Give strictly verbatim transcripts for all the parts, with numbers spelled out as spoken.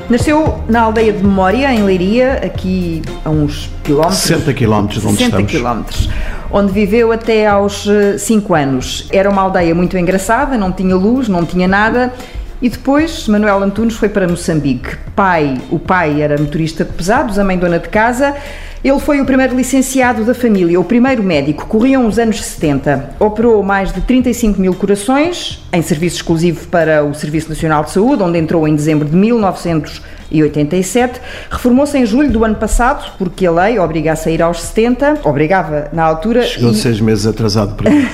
Nasceu na aldeia de Memória, em Leiria, aqui a uns quilómetros. sessenta quilómetros de onde sessenta estamos. quilómetros, onde viveu até aos cinco anos. Era uma aldeia muito engraçada, não tinha luz, não tinha nada. E depois Manuel Antunes foi para Moçambique. Pai, o pai era motorista de pesados, a mãe dona de casa. Ele foi o primeiro licenciado da família, o primeiro médico. Corriam os anos setenta. Operou mais de trinta e cinco mil corações, em serviço exclusivo para o Serviço Nacional de Saúde, onde entrou em dezembro de mil novecentos e oitenta e sete. Reformou-se em julho do ano passado, porque a lei obriga a sair aos setenta. Obrigava na altura. Chegou e... seis meses atrasado para mim.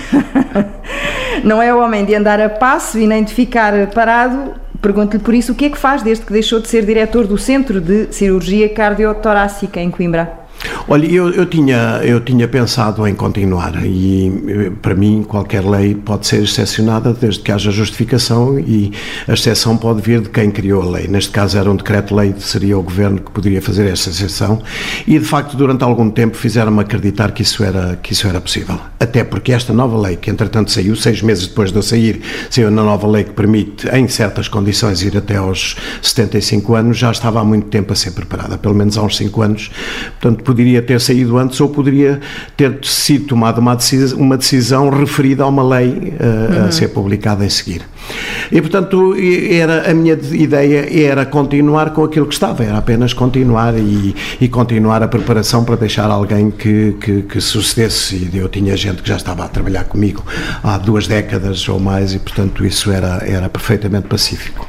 Não é homem de andar a passo e nem de ficar parado. Pergunto-lhe por isso o que é que faz desde que deixou de ser diretor do Centro de Cirurgia Cardiotorácica em Coimbra. Olha, eu, eu, tinha, eu tinha pensado em continuar e, para mim, qualquer lei pode ser excepcionada desde que haja justificação e a exceção pode vir de quem criou a lei. Neste caso era um decreto-lei, seria o Governo que poderia fazer esta exceção e, de facto, durante algum tempo fizeram-me acreditar que isso era, que isso era possível. Até porque esta nova lei, que entretanto saiu, seis meses depois de eu sair, saiu na nova lei que permite, em certas condições, ir até aos setenta e cinco anos, já estava há muito tempo a ser preparada, pelo menos há uns cinco anos. Portanto, poderia ter saído antes ou poderia ter sido tomada uma decisão, uma decisão referida a uma lei uh, uhum. a ser publicada em seguir. E, portanto, era, a minha ideia era continuar com aquilo que estava, era apenas continuar e, e continuar a preparação para deixar alguém que, que, que sucedesse. E eu tinha gente que já estava a trabalhar comigo há duas décadas ou mais e, portanto, isso era, era perfeitamente pacífico.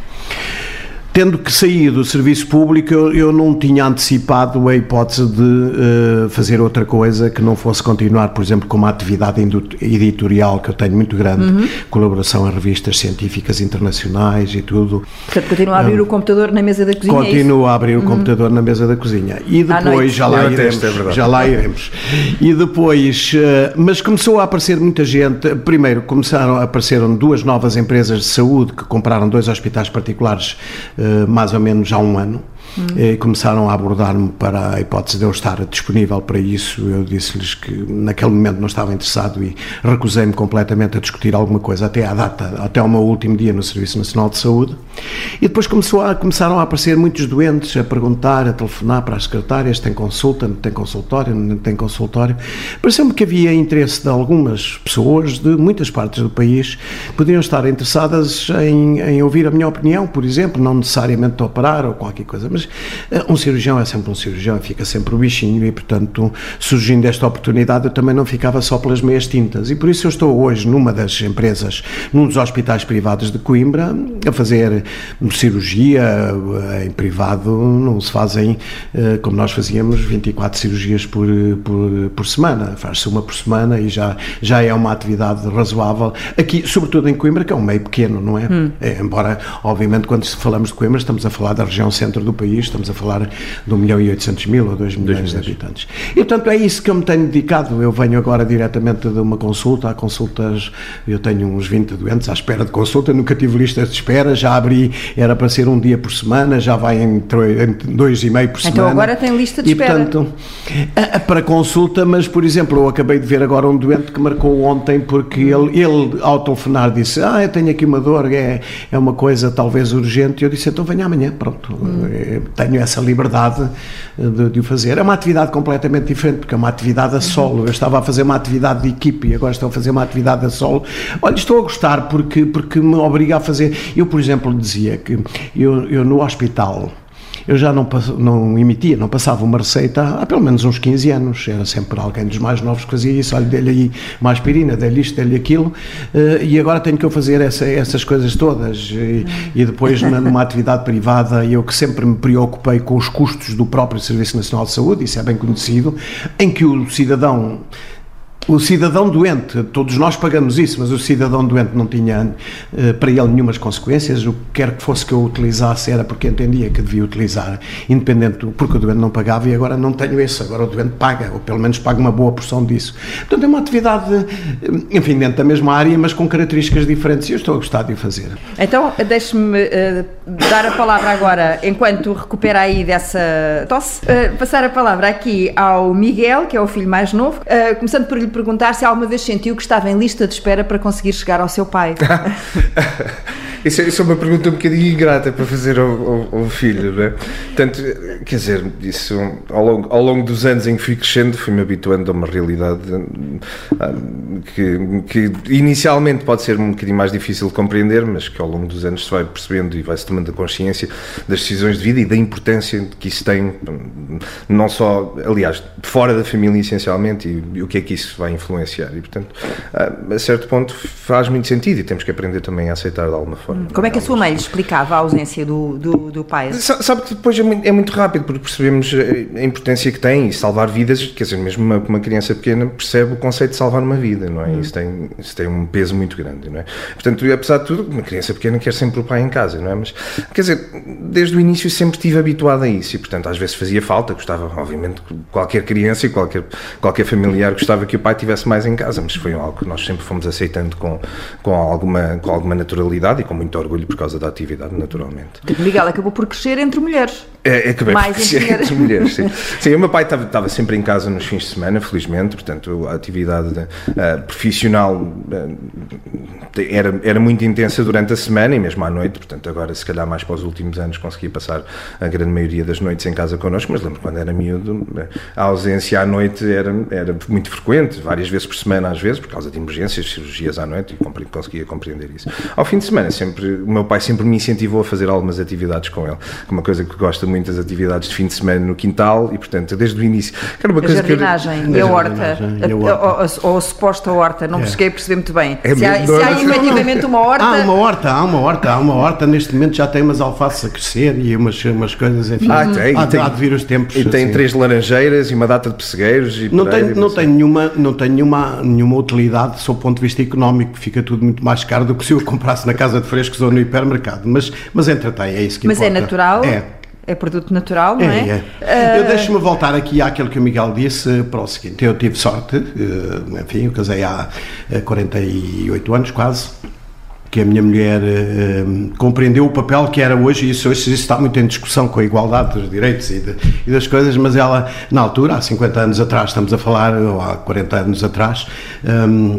Tendo que sair do serviço público, eu, eu não tinha antecipado a hipótese de uh, fazer outra coisa que não fosse continuar, por exemplo, com uma atividade editorial que eu tenho muito grande, uhum. colaboração em revistas científicas internacionais e tudo. Portanto, continua a abrir um, o computador na mesa da cozinha? Continuo a abrir o uhum. computador na mesa da cozinha. E depois, já lá, iremos, é já lá iremos. E depois, uh, mas começou a aparecer muita gente. Primeiro, começaram a apareceram duas novas empresas de saúde que compraram dois hospitais particulares mais ou menos há um ano. Hum. E começaram a abordar-me para a hipótese de eu estar disponível para isso. Eu disse-lhes que naquele momento não estava interessado e recusei-me completamente a discutir alguma coisa até à data, até ao meu último dia no Serviço Nacional de Saúde. E depois começou a, começaram a aparecer muitos doentes a perguntar, a telefonar para as secretárias: tem consulta, não tem consultório, não tem consultório. Pareceu-me que havia interesse de algumas pessoas de muitas partes do país que podiam estar interessadas em, em ouvir a minha opinião, por exemplo, não necessariamente de operar ou qualquer coisa, mas um cirurgião é sempre um cirurgião, fica sempre o bichinho e, portanto, surgindo esta oportunidade, eu também não ficava só pelas meias tintas e por isso eu estou hoje numa das empresas, num dos hospitais privados de Coimbra, a fazer cirurgia em privado. Não se fazem, como nós fazíamos, vinte e quatro cirurgias por, por, por semana, faz-se uma por semana e já, já é uma atividade razoável, aqui, sobretudo em Coimbra, que é um meio pequeno, não é? Hum. É, embora, obviamente, quando falamos de Coimbra, estamos a falar da região centro do país, estamos a falar de um milhão e oitocentos mil ou dois milhões de habitantes. E, portanto, é isso que eu me tenho dedicado. Eu venho agora diretamente de uma consulta, há consultas, eu tenho uns vinte doentes à espera de consulta, nunca tive listas de espera, já abri, era para ser um dia por semana, já vai em, em dois e meio por semana. Então agora tem lista de e, espera. Portanto, a, a, para consulta, mas, por exemplo, eu acabei de ver agora um doente que marcou ontem porque ele, ele ao telefonar, disse: ah, eu tenho aqui uma dor, é, é uma coisa talvez urgente, e eu disse: então venha amanhã, pronto. Hum. Tenho essa liberdade de, de o fazer. É uma atividade completamente diferente, porque é uma atividade a solo. Eu estava a fazer uma atividade de equipe e agora estou a fazer uma atividade a solo. Olha, estou a gostar porque, porque me obriga a fazer. Eu, por exemplo, dizia que eu, eu no hospital, eu já não, não emitia, não passava uma receita há pelo menos uns quinze anos, era sempre alguém dos mais novos que fazia isso: olha, dei-lhe aí uma aspirina, dei-lhe isto, dei-lhe aquilo, uh, e agora tenho que eu fazer essa, essas coisas todas, e, e depois numa atividade privada, eu que sempre me preocupei com os custos do próprio Serviço Nacional de Saúde, isso é bem conhecido, em que o cidadão O cidadão doente, todos nós pagamos isso, mas o cidadão doente não tinha uh, para ele nenhumas consequências. O que quer que fosse que eu utilizasse era porque entendia que devia utilizar, independente do, porque o doente não pagava, e agora não tenho isso, agora o doente paga, ou pelo menos paga uma boa porção disso. Portanto, é uma atividade, enfim, dentro da mesma área, mas com características diferentes, e eu estou a gostar de o fazer. Então, deixe-me uh, dar a palavra agora, enquanto recupera aí dessa tosse, uh, passar a palavra aqui ao Miguel, que é o filho mais novo, uh, começando por lhe perguntar se alguma vez sentiu que estava em lista de espera para conseguir chegar ao seu pai. Isso é, isso é uma pergunta um bocadinho ingrata para fazer ao, ao, ao filho, não é? Portanto, quer dizer, isso, ao, longo, ao longo dos anos em que fui crescendo, fui-me habituando a uma realidade que, que inicialmente pode ser um bocadinho mais difícil de compreender, mas que ao longo dos anos se vai percebendo e vai-se tomando a consciência das decisões de vida e da importância que isso tem, não só, aliás, fora da família essencialmente, e, e o que é que isso vai influenciar. E, portanto, a certo ponto faz muito sentido e temos que aprender também a aceitar de alguma forma. Como é que a sua mãe lhe explicava a ausência do, do, do pai? Sabe que depois é muito, é muito rápido, porque percebemos a importância que tem e salvar vidas, quer dizer, mesmo uma, uma criança pequena percebe o conceito de salvar uma vida, não é? Hum. Isso, tem, isso tem um peso muito grande, não é? Portanto, apesar de tudo, uma criança pequena quer sempre o pai em casa, não é? Mas, quer dizer, desde o início sempre estive habituado a isso e, portanto, às vezes fazia falta, gostava, obviamente, qualquer criança e qualquer, qualquer familiar gostava que o pai estivesse mais em casa, mas foi algo que nós sempre fomos aceitando com, com, alguma, com alguma naturalidade e com muito orgulho por causa da atividade, naturalmente. Miguel acabou por crescer entre mulheres. É, acabei mais por crescer entre, entre mulheres, sim. Sim, o meu pai estava, estava sempre em casa nos fins de semana, felizmente, portanto, a atividade uh, profissional uh, era, era muito intensa durante a semana e mesmo à noite, portanto, agora, se calhar, mais para os últimos anos, consegui passar a grande maioria das noites em casa connosco, mas lembro quando era miúdo, a ausência à noite era, era muito frequente, várias vezes por semana, às vezes, por causa de emergências, cirurgias à noite, e compre, conseguia compreender isso. Ao fim de semana, sempre, o meu pai sempre me incentivou a fazer algumas atividades com ele, uma coisa que gosta muito das atividades de fim de semana no quintal e, portanto, desde o início... Era uma a coisa jardinagem que eu, e a horta, ou, ou a suposta horta, não é. cheguei a perceber muito bem. É se, há, se há efetivamente uma horta... Há uma horta, há uma horta, há uma horta, neste momento já tem umas alfaces a crescer e umas, umas coisas, enfim, ah, tem, há, tem, há de vir os tempos. E assim. Tem três laranjeiras e uma data de pessegueiros e não tem, não tem, nenhuma, não tem nenhuma, nenhuma utilidade sob o ponto de vista económico, fica tudo muito mais caro do que se eu comprasse na casa de frescos ou no hipermercado, mas, mas entretém, é isso que mas importa. Mas é natural? É. É produto natural, não é? é, é. Uh... Eu deixo-me voltar aqui àquilo que o Miguel disse para o seguinte, eu tive sorte, enfim, eu casei há quarenta e oito anos quase, que a minha mulher uh, compreendeu o papel que era hoje, e isso hoje isso está muito em discussão com a igualdade dos direitos e, de, e das coisas, mas ela, na altura, há cinquenta anos atrás, estamos a falar, ou há quarenta anos atrás, um,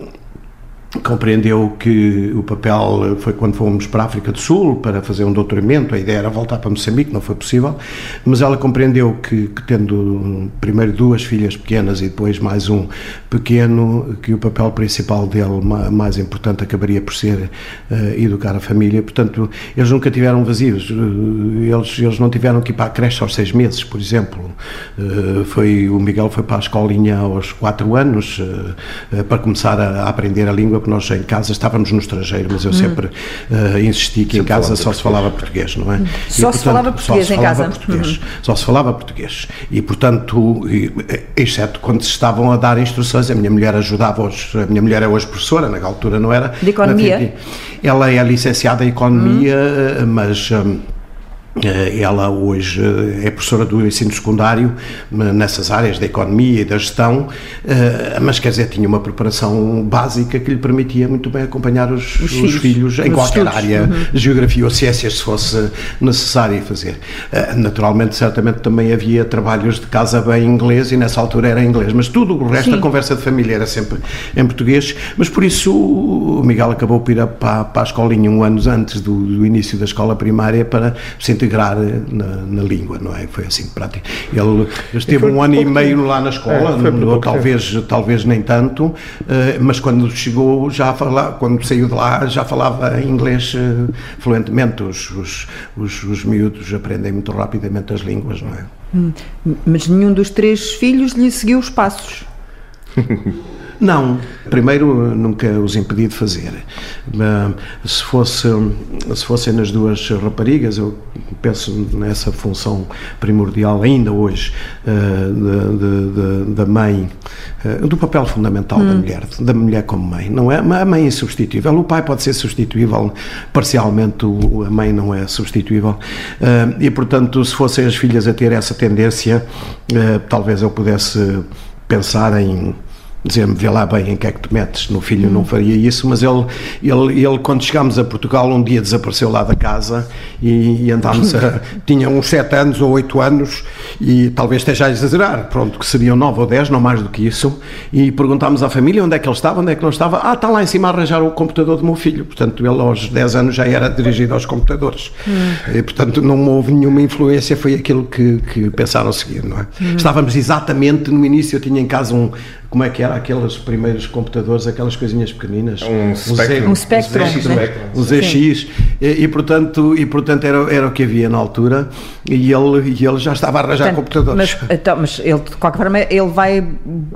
compreendeu que o papel foi quando fomos para a África do Sul para fazer um doutoramento, a ideia era voltar para Moçambique, não foi possível, mas ela compreendeu que, que tendo primeiro duas filhas pequenas e depois mais um pequeno, que o papel principal dele, mais importante, acabaria por ser uh, educar a família. Portanto, eles nunca tiveram vazios, eles, eles não tiveram que ir para a creche aos seis meses, por exemplo. Uh, foi, o Miguel foi para a escolinha aos quatro anos uh, uh, para começar a, a aprender a língua, porque nós em casa estávamos no estrangeiro, mas eu sempre uh, insisti que sempre em casa só se falava português, não é? Só e, portanto, se falava português só em se falava casa? Português, uhum. Só se falava português. E, portanto, e, exceto quando se estavam a dar instruções, a minha mulher ajudava-os, a minha mulher é hoje professora, na altura não era. De economia? Ela é licenciada em economia, uhum. mas... Um, ela hoje é professora do ensino secundário nessas áreas da economia e da gestão, mas quer dizer, tinha uma preparação básica que lhe permitia muito bem acompanhar os, os, os filhos, filhos em qualquer estudos. área, uhum. geografia ou ciências, se fosse necessário fazer. Naturalmente, certamente também havia trabalhos de casa bem em inglês e nessa altura era em inglês, mas tudo o resto, Sim. a conversa de família era sempre em português, mas por isso o Miguel acabou por ir para, para a escolinha um ano antes do, do início da escola primária para se integrar Na, na língua, não é? Foi assim prático. Ele esteve um ano e meio lá na escola, é, no, talvez, talvez nem tanto, uh, mas quando chegou já falava, quando saiu de lá já falava inglês uh, fluentemente. Os, os, os, os miúdos aprendem muito rapidamente as línguas, não é? Hum, mas nenhum dos três filhos lhe seguiu os passos. Não, primeiro nunca os impedi de fazer. Se fosse, se fossem nas duas raparigas, eu penso nessa função primordial ainda hoje da mãe, do papel fundamental hum. da mulher, da mulher como mãe. Não é, a mãe é insubstituível, o pai pode ser substituível parcialmente, a mãe não é substituível, e portanto, se fossem as filhas a ter essa tendência, talvez eu pudesse pensar em dizer-me, vê lá bem em que é que te metes, no filho não faria isso, mas ele, ele, ele quando chegámos a Portugal, um dia desapareceu lá da casa e, e andámos a... tinha uns sete anos ou oito anos e talvez esteja a exagerar, pronto, que seriam nove ou dez, não mais do que isso, e perguntámos à família onde é que ele estava, onde é que ele estava, ah, está lá em cima a arranjar o computador do meu filho, portanto ele aos dez anos já era dirigido aos computadores, hum. e portanto não houve nenhuma influência, foi aquilo que, que pensaram seguir, não é? Hum. Estávamos exatamente no início, eu tinha em casa um, como é que era, aqueles primeiros computadores, aquelas coisinhas pequeninas, um Spectrum, um Spectrum, um Z X, e, e portanto, e, portanto era, era o que havia na altura, e ele, e ele já estava a arranjar portanto, computadores. Mas, então, mas ele, de qualquer forma, ele vai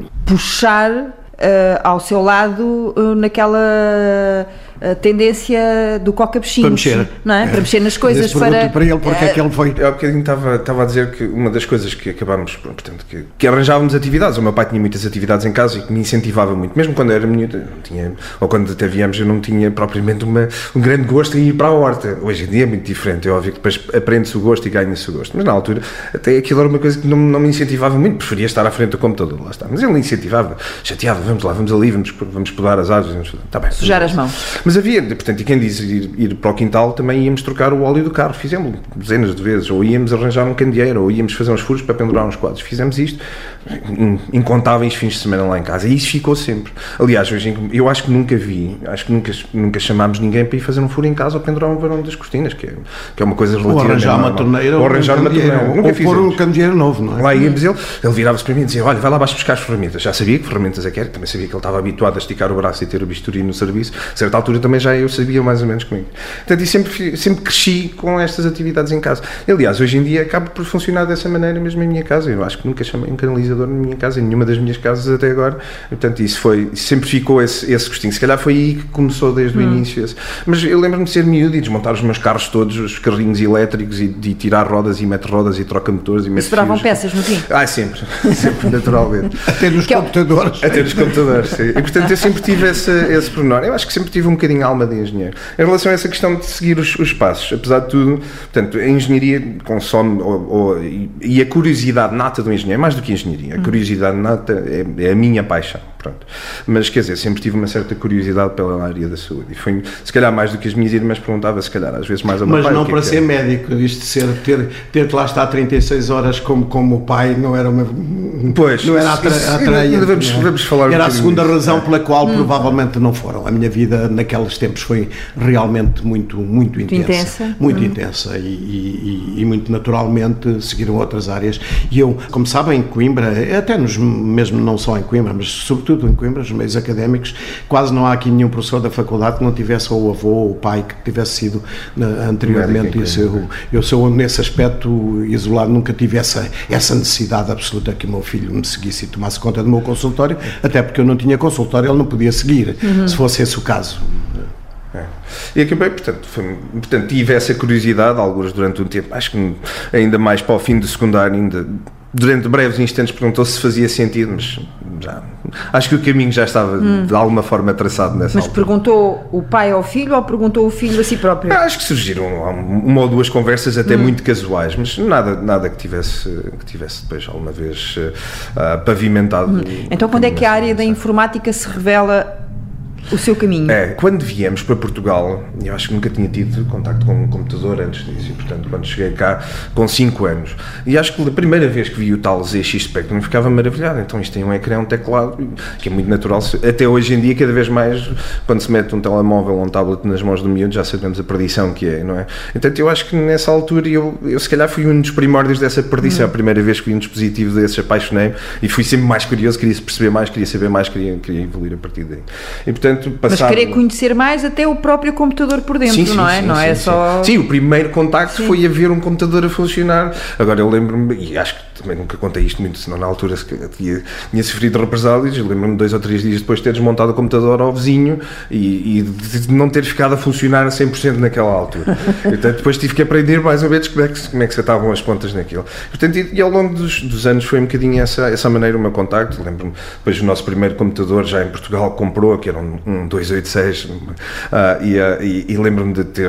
puxar uh, ao seu lado uh, naquela... a tendência do coca-bichinhos, para mexer, não é? é. Para mexer nas coisas, para... para ele porque é, é que ele foi... Eu há bocadinho estava, estava a dizer que uma das coisas que acabámos, portanto, que, que arranjávamos atividades, o meu pai tinha muitas atividades em casa e que me incentivava muito, mesmo quando era miúdo, não tinha, ou quando até viemos eu não tinha propriamente uma, um grande gosto em ir para a horta. Hoje em dia é muito diferente, é óbvio que depois aprende-se o gosto e ganha-se o gosto, mas na altura até aquilo era uma coisa que não, não me incentivava muito, preferia estar à frente do computador, lá está, mas ele me incentivava, chateava, vamos lá, vamos ali, vamos, vamos podar as árvores, vamos, está bem. Sujar as mãos. Mas havia, portanto, quem diz ir, ir para o quintal, também íamos trocar o óleo do carro, fizemos dezenas de vezes, ou íamos arranjar um candeeiro, ou íamos fazer uns furos para pendurar uns quadros, fizemos isto incontáveis fins de semana lá em casa, e isso ficou sempre. Aliás, hoje eu acho que nunca vi, acho que nunca, nunca chamámos ninguém para ir fazer um furo em casa ou pendurar um varão das cortinas, que é, que é uma coisa relativamente ou arranjar uma torneira, ou arranjar uma torneira, ou pôr um candeeiro novo, não é? Lá íamos ele, ele virava-se para mim e dizia, olha, vai lá abaixo buscar as ferramentas, já sabia que ferramentas é que era, também sabia que ele estava habituado a esticar o braço e ter o bisturi no serviço, a certa altura também já eu sabia mais ou menos comigo. Portanto, e sempre, sempre cresci com estas atividades em casa. Aliás, hoje em dia acaba por funcionar dessa maneira mesmo em minha casa. Eu acho que nunca chamei um canalizador na minha casa, em nenhuma das minhas casas até agora. Portanto, isso foi, sempre ficou esse, esse gostinho. Se calhar foi aí que começou desde hum. o início. Esse. Mas eu lembro-me de ser miúdo e desmontar os meus carros todos, os carrinhos elétricos, e de tirar rodas e meter rodas e troca motores e meter fios. Peças no fim? Ah, sempre. Sempre, naturalmente. Até nos que computadores. Até nos computadores, sim. E, portanto, eu sempre tive esse, esse pormenor. Eu acho que sempre tive um bocadinho a alma de engenheiro. Em relação a essa questão de seguir os, os passos, apesar de tudo, portanto, a engenharia consome, ou, ou, e, e a curiosidade nata do engenheiro, mais do que a engenharia, a curiosidade nata é, é a minha paixão, pronto. Mas, quer dizer, sempre tive uma certa curiosidade pela área da saúde, e foi, se calhar, mais do que as minhas irmãs perguntava, se calhar, às vezes mais a meu Mas pai. não que para é ser que médico, isto de ser, ter, ter que lá estar trinta e seis horas como, como o pai, não era uma... Pois, não era a treia. Vamos, vamos falar era um a segunda disso. razão pela qual hum. provavelmente não foram. A minha vida naqueles tempos foi realmente muito, muito, muito intensa. intensa. Muito hum. intensa e, e, e muito naturalmente seguiram outras áreas. E eu, como sabem, em Coimbra, até nos, mesmo não só em Coimbra, mas sobretudo em Coimbra, nos meios académicos, quase não há aqui nenhum professor da faculdade que não tivesse ou o avô ou o pai que tivesse sido uh, anteriormente. Isso, eu, eu sou nesse aspecto isolado, nunca tive essa, essa necessidade absoluta que o meu filho me seguisse e tomasse conta do meu consultório, até porque eu não tinha consultório, ele não podia seguir, uhum. se fosse esse o caso. É. E acabei, portanto, foi, portanto, tive essa curiosidade, alguns durante um tempo, acho que ainda mais para o fim do secundário, ainda durante breves instantes perguntou se fazia sentido, mas já, acho que o caminho já estava hum. de alguma forma traçado nessa Mas altura. Perguntou o pai ao filho ou perguntou o filho a si próprio? Acho que surgiram uma ou duas conversas até hum. muito casuais, mas nada, nada que tivesse, que tivesse depois alguma vez uh, pavimentado. Hum. Então quando é que a área da informática se revela o seu caminho? É, quando viemos para Portugal, eu acho que nunca tinha tido contacto com um computador antes disso, e portanto quando cheguei cá com cinco anos, e acho que a primeira vez que vi o tal Z X Spectrum ficava maravilhado. Então isto tem um ecrã, um teclado, que é muito natural, até hoje em dia cada vez mais, quando se mete um telemóvel ou um tablet nas mãos do miúdo, já sabemos a perdição que é, não é? Então eu acho que nessa altura eu, eu se calhar fui um dos primórdios dessa perdição. Hum. A primeira vez que vi um dispositivo desses, apaixonei e fui sempre mais curioso, queria perceber mais, queria saber mais, queria, queria evoluir a partir daí. E portanto passado... Mas querer conhecer mais até o próprio computador por dentro, sim, sim, não é? Sim, não sim, é sim. só... Sim, o primeiro contacto sim. foi a ver um computador a funcionar. Agora eu lembro-me, e acho que também nunca contei isto muito, senão na altura tinha, tinha sofrido represálias, eu lembro-me dois ou três dias depois de ter desmontado o computador ao vizinho e, e de não ter ficado a funcionar a cem por cento naquela altura. Portanto, depois tive que aprender mais ou menos como é que, como é que se estavam as contas naquilo. Portanto, e, e ao longo dos, dos anos foi um bocadinho essa, essa maneira o meu contacto. Lembro-me, depois o nosso primeiro computador já em Portugal comprou, que era um, um dois oito seis, uh, e, uh, e, e lembro-me de ter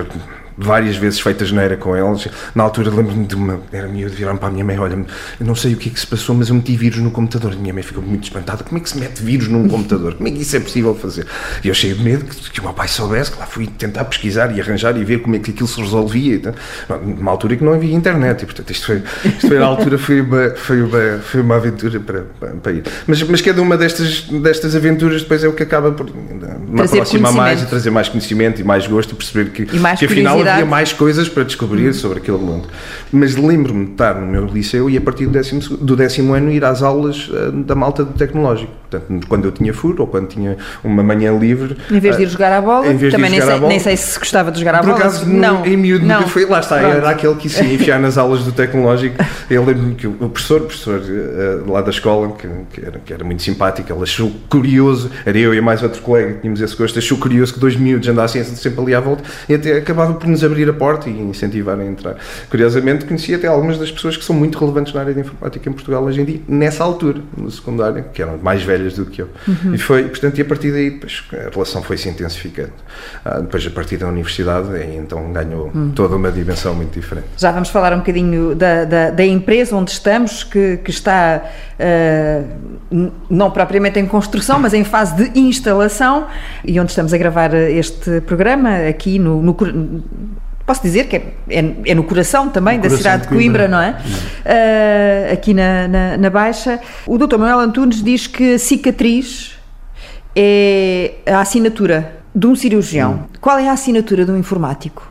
várias vezes feita geneira com eles. Na altura lembro-me de uma, era miúdo, virar-me para a minha mãe, olha, eu não sei o que é que se passou, mas eu meti vírus no computador. A minha mãe ficou muito espantada, como é que se mete vírus num computador? Como é que isso é possível fazer? E eu cheio de medo que, que o meu pai soubesse, que lá fui tentar pesquisar e arranjar e ver como é que aquilo se resolvia. Então, numa altura que não havia internet, e portanto isto foi, isto foi na altura, foi uma, foi uma, foi uma aventura para, para, para ir. Mas, mas cada uma destas, destas aventuras depois é o que acaba por me aproximar mais e trazer mais conhecimento e mais gosto e perceber que, que afinal havia mais coisas para descobrir hum. sobre aquele mundo. Mas lembro-me de estar no meu liceu e a partir do décimo, do décimo ano ir às aulas uh, da malta do tecnológico. Portanto, quando eu tinha furo ou quando tinha uma manhã livre... Em vez de ir jogar à bola, também nem sei, bola, nem sei se gostava de jogar à bola. Por acaso, não, em miúdo nunca foi. Lá está, Pronto. Era aquele que se ia enfiar nas aulas do tecnológico. Eu lembro-me que o professor, o professor uh, lá da escola, que, que, era, que era muito simpático, ele achou curioso, era eu e mais outro colega que tínhamos esse gosto, achou curioso que dois miúdos andassem sempre ali à volta e até acabava por nos abrir a porta e incentivar a entrar. Curiosamente, conheci até algumas das pessoas que são muito relevantes na área de informática em Portugal hoje em dia, nessa altura, no secundário, que eram mais velhas do que eu. Uhum. E foi, portanto, e a partir daí depois, a relação foi se intensificando. Ah, depois, a partir da universidade, aí, então ganhou uhum. toda uma dimensão muito diferente. Já vamos falar um bocadinho da, da, da empresa onde estamos, que, que está uh, não propriamente em construção, mas em fase de instalação, e onde estamos a gravar este programa, aqui no, no posso dizer que é, é, é no coração também no da coração cidade de Coimbra, Coimbra, não é? Uh, aqui na, na, na Baixa. O doutor Manuel Antunes diz que a cicatriz é a assinatura de um cirurgião. Hum. Qual é a assinatura de um informático?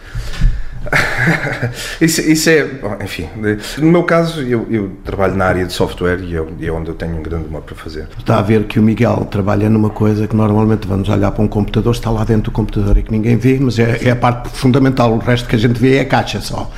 isso, isso é, bom, enfim, no meu caso eu, eu trabalho na área de software e eu, é onde eu tenho um grande amor para fazer. Está a ver que o Miguel trabalha numa coisa que normalmente vamos olhar para um computador, está lá dentro do computador e que ninguém vê, mas é, é a parte fundamental, o resto que a gente vê é a caixa só.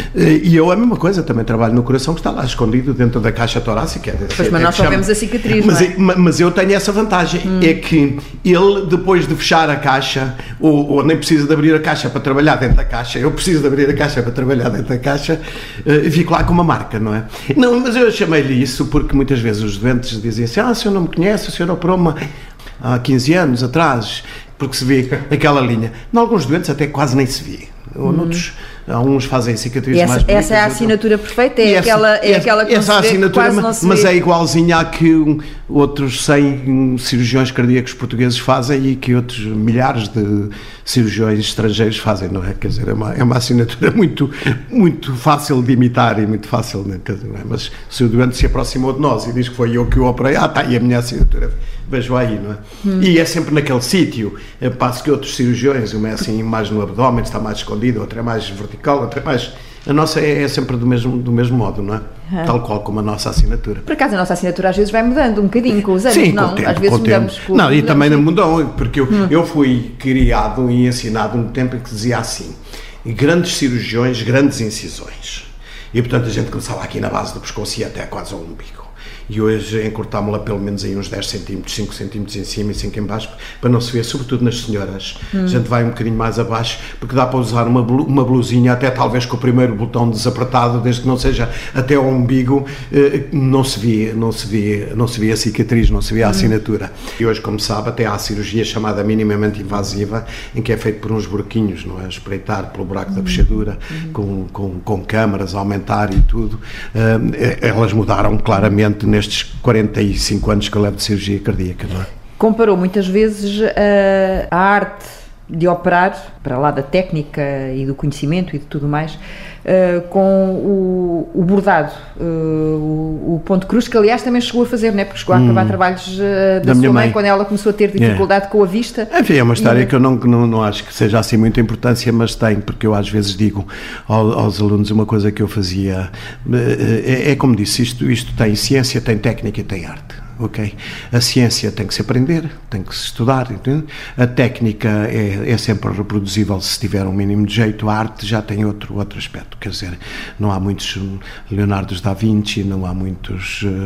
E eu a mesma coisa, também trabalho no coração que está lá escondido dentro da caixa torácica. Pois, mas nós só vemos a cicatriz, mas, não é? Mas eu tenho essa vantagem, hum. é que ele depois de fechar a caixa, ou, ou nem precisa de abrir a caixa para trabalhar dentro da caixa, eu preciso de abrir a caixa para trabalhar dentro da caixa, uh, fico lá com uma marca, não é? Não, mas eu chamei-lhe isso porque muitas vezes os doentes dizem assim, ah, o senhor não me conhece, o senhor operou-me há quinze anos atrás, porque se vê aquela linha. Em alguns doentes até quase nem se vê, ou hum. noutros, há uns fazem cicatrizes essa, mais bonitas. Essa é a assinatura outros... perfeita? É, essa, aquela, é essa, aquela que essa não se vê, assinatura, quase não se mas vê. É igualzinha à que um, outros cem cirurgiões cardíacos portugueses fazem e que outros milhares de cirurgiões estrangeiros fazem, não é? Quer dizer, é uma, é uma assinatura muito, muito fácil de imitar e muito fácil, não é? Mas se o doente se aproximou de nós e diz que foi eu que o operei, ah, está aí a minha assinatura, vejo aí, não é? Hum. E é sempre naquele sítio, passo que outros cirurgiões, uma é assim mais no abdômen, está mais escondido, outra é mais vertical, outra é mais... A nossa é, é sempre do mesmo, do mesmo modo, não é? Uhum. Tal qual como a nossa assinatura. Por acaso a nossa assinatura às vezes vai mudando um bocadinho com os anos, Sim, não? Com o tempo, às vezes com mudamos tempo. por, Não, e mudamos também não por... mudou, porque eu, hum. eu fui criado e ensinado num tempo em que dizia assim, grandes cirurgiões, grandes incisões. E portanto a gente começava aqui na base do pescoço e até quase ao umbigo. E hoje encurtámos-la pelo menos aí uns dez centímetros, cinco centímetros em cima e cinco em baixo, para não se ver, sobretudo nas senhoras. Hum. A gente vai um bocadinho mais abaixo, porque dá para usar uma, uma blusinha, até talvez com o primeiro botão desapertado, desde que não seja até ao umbigo, eh, não se vê, não se vê, não se vê a cicatriz, não se vê a hum. assinatura. E hoje, como sabe, até há a cirurgia chamada minimamente invasiva, em que é feito por uns buraquinhos, não é? Espreitar pelo buraco hum. da fechadura, hum. com, com, com câmaras, aumentar e tudo. Eh, elas mudaram claramente nestes quarenta e cinco anos que eu levo de cirurgia cardíaca, não é? Comparou muitas vezes uh, a arte de operar, para lá da técnica e do conhecimento e de tudo mais, uh, com o, o bordado, uh, o, o ponto cruz, que aliás também chegou a fazer, não é? Porque chegou a acabar hum, trabalhos uh, da, da sua mãe, mãe quando ela começou a ter dificuldade é. com a vista. Enfim, é uma história e... que eu não, não, não acho que seja assim muita importância, mas tem, porque eu às vezes digo aos, aos alunos uma coisa que eu fazia, é, é como disse, isto, isto tem ciência, tem técnica e tem arte. Ok? A ciência tem que se aprender, tem que se estudar, entende? A técnica é, é sempre reproduzível se tiver um mínimo de jeito, a arte já tem outro, outro aspecto, quer dizer, não há muitos Leonardo da Vinci, não há muitos uh,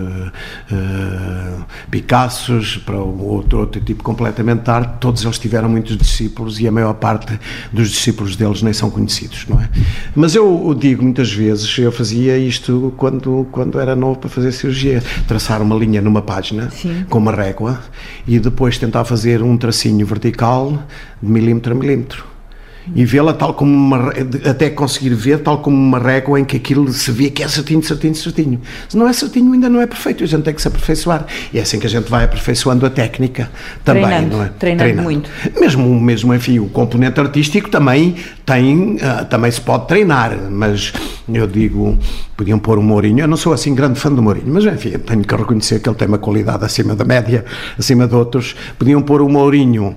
uh, Picassos, para outro, outro tipo completamente de arte, todos eles tiveram muitos discípulos e a maior parte dos discípulos deles nem são conhecidos, não é? Mas eu digo muitas vezes, eu fazia isto quando, quando era novo para fazer cirurgia, traçar uma linha numa página Sim. com uma régua e depois tentar fazer um tracinho vertical de milímetro a milímetro e vê-la tal como uma, até conseguir ver tal como uma régua em que aquilo se vê que é certinho, certinho, certinho. Se não é certinho, ainda não é perfeito, a gente tem que se aperfeiçoar. E é assim que a gente vai aperfeiçoando a técnica também, treinando, não é? Treinando, treinando muito. Mesmo, mesmo, enfim, o componente artístico também tem, uh, também se pode treinar, mas eu digo, podiam pôr o Mourinho, eu não sou assim grande fã do Mourinho, mas enfim, tenho que reconhecer que ele tem uma qualidade acima da média, acima de outros, podiam pôr o Mourinho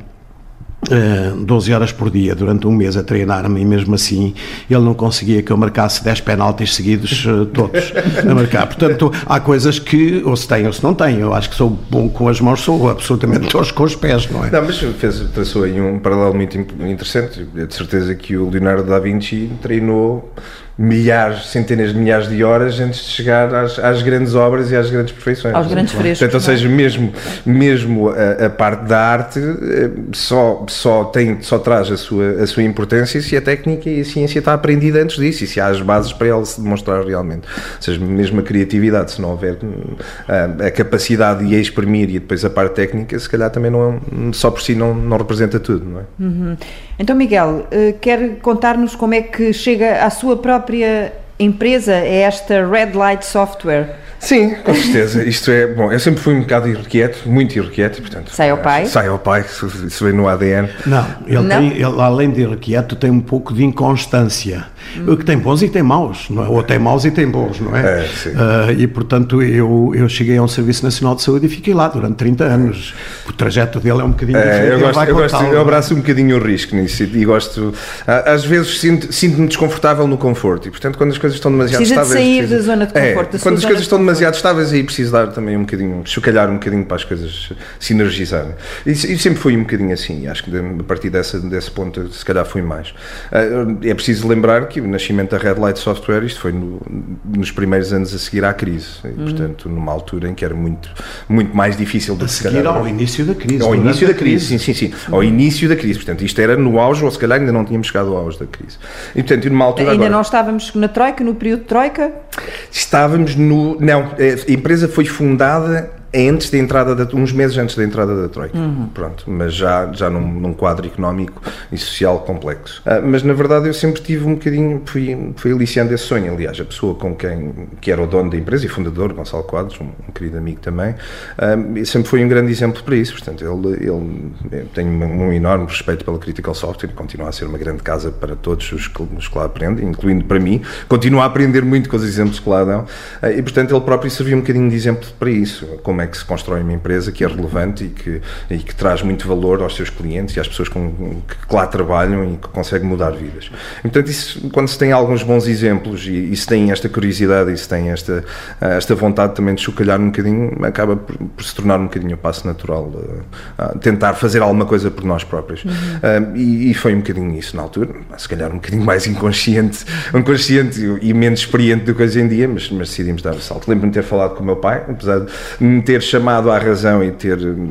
Uh, doze horas por dia durante um mês a treinar-me, e mesmo assim ele não conseguia que eu marcasse dez penaltis seguidos, uh, todos a marcar. Portanto, há coisas que ou se tem ou se não tem. Eu acho que sou bom com as mãos, sou absolutamente tosco com os pés, não é? Não, mas fez, traçou aí um paralelo muito interessante. É de certeza que o Leonardo da Vinci treinou milhares, centenas de milhares de horas antes de chegar às, às grandes obras e às grandes perfeições. Aos grandes frescos. Portanto, ou seja, mesmo, mesmo a, a parte da arte só, só, tem, só traz a sua, a sua importância se a técnica e a ciência está aprendida antes disso e se há as bases para ela se demonstrar realmente. Ou seja, mesmo a criatividade, se não houver a, a capacidade de a exprimir e depois a parte técnica, se calhar também não é, só por si não, não representa tudo, não é? Uhum. Então, Miguel, quer contar-nos como é que chega à sua própria empresa, é esta Red Light Software? Sim, com certeza. Isto é, bom, eu sempre fui um bocado irrequieto, muito irrequieto, portanto... Sai ao pai? Sai ao pai, isso vem no A D N. Não, ele, não. Tem, ele além de irrequieto, tem um pouco de inconstância. Hum. Que tem bons e tem maus, não é? Ou tem maus e tem bons, não é? É, sim. Uh, e, portanto, eu, eu cheguei a um Serviço Nacional de Saúde e fiquei lá durante trinta anos. O trajeto dele é um bocadinho é, diferente. Eu, gosto, eu, gosto, eu abraço um bocadinho o risco nisso e gosto... Às vezes sinto, sinto-me desconfortável no conforto e, portanto, quando as coisas estão demasiado Precisa estáveis... Precisa de sair da zona de conforto. É, quando as coisas estão demasiado estáveis aí preciso dar também um bocadinho, chocalhar um bocadinho para as coisas sinergizarem. E, e sempre fui um bocadinho assim, acho que a partir dessa, desse ponto se calhar fui mais. Uh, é preciso lembrar que o nascimento da Red Light Software, isto foi no, nos primeiros anos a seguir à crise, e, hum. portanto numa altura em que era muito, muito mais difícil do que se calhar... ao início da crise. Ao início da crise, sim, sim, sim. Hum. Ao início da crise, portanto isto era no auge, ou se calhar ainda não tínhamos chegado ao auge da crise. E portanto numa altura Ainda agora, não estávamos na Troika, no período de Troika? Estávamos no... Não, a empresa foi fundada antes da entrada, da, uns meses antes da entrada da Troika, uhum. pronto, mas já, já num, num quadro económico e social complexo. Uh, mas na verdade eu sempre tive um bocadinho, fui, fui aliciando esse sonho, aliás, a pessoa com quem, que era o dono da empresa e fundador, Gonçalo Quadros, um, um querido amigo também, uh, sempre foi um grande exemplo para isso, portanto, ele, ele tem um, um enorme respeito pela Critical Software e continua a ser uma grande casa para todos os que, os que lá aprendem, incluindo para mim, continua a aprender muito com os exemplos que lá dão, uh, e portanto ele próprio serviu um bocadinho de exemplo para isso, como é que se constrói uma empresa que é relevante e que, e que traz muito valor aos seus clientes e às pessoas com, que lá trabalham e que consegue mudar vidas. E, portanto, isso, quando se tem alguns bons exemplos e, e se tem esta curiosidade e se tem esta, esta vontade também de chocalhar um bocadinho, acaba por, por se tornar um bocadinho o passo natural, a, a tentar fazer alguma coisa por nós próprios. Uhum. Um, e, e foi um bocadinho isso na altura, se calhar um bocadinho mais inconsciente, inconsciente e menos experiente do que hoje em dia, mas, mas decidimos dar o salto. Lembro-me de ter falado com o meu pai, apesar de me ter chamado à razão e ter, uh,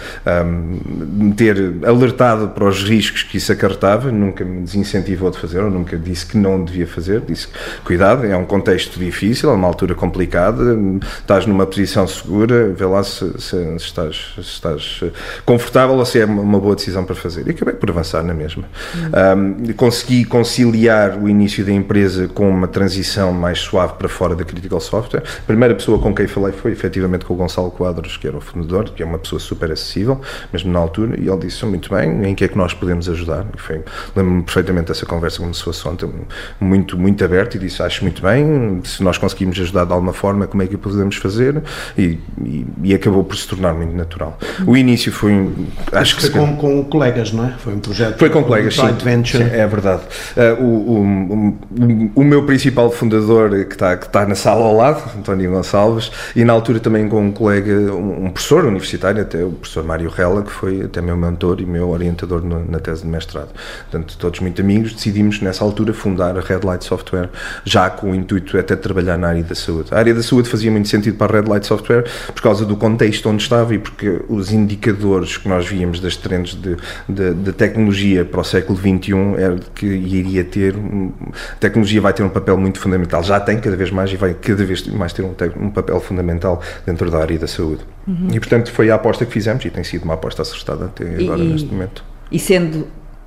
um, ter alertado para os riscos que isso acarretava, nunca me desincentivou de fazer, ou nunca disse que não devia fazer, disse cuidado, é um contexto difícil, é uma altura complicada, estás numa posição segura, vê lá se, se, se, estás, se estás confortável ou se é uma boa decisão para fazer. E acabei por avançar na mesma. Uhum. Um, consegui conciliar o início da empresa com uma transição mais suave para fora da Critical Software. A primeira pessoa com quem falei foi efetivamente com o Gonçalo Quadros, que era o fundador, que é uma pessoa super acessível, mesmo na altura, e ele disse muito bem, em que é que nós podemos ajudar? E foi, lembro-me perfeitamente dessa conversa como se fosse ontem, muito, muito aberto, e disse, acho muito bem, se nós conseguimos ajudar de alguma forma, como é que o podemos fazer? E, e, e acabou por se tornar muito natural. O início foi, acho que... Foi com, com colegas, não é? Foi um projeto... Foi com colegas, sim. Venture. Sim, é verdade. Uh, o, o, o, o meu principal fundador, que está, que está na sala ao lado, António Gonçalves, e na altura também com um colega, um professor universitário, até o professor Mário Rella, que foi até meu mentor e meu orientador no, na tese de mestrado. Portanto, todos muito amigos, decidimos nessa altura fundar a Red Light Software, já com o intuito até de trabalhar na área da saúde. A área da saúde fazia muito sentido para a Red Light Software por causa do contexto onde estava e porque os indicadores que nós víamos das trends de, de, de tecnologia para o século vinte e um era que iria ter, a tecnologia vai ter um papel muito fundamental, já tem cada vez mais e vai cada vez mais ter um, um papel fundamental dentro da área da saúde. Uhum. E portanto foi a aposta que fizemos e tem sido uma aposta acertada até agora, e, neste momento. E sendo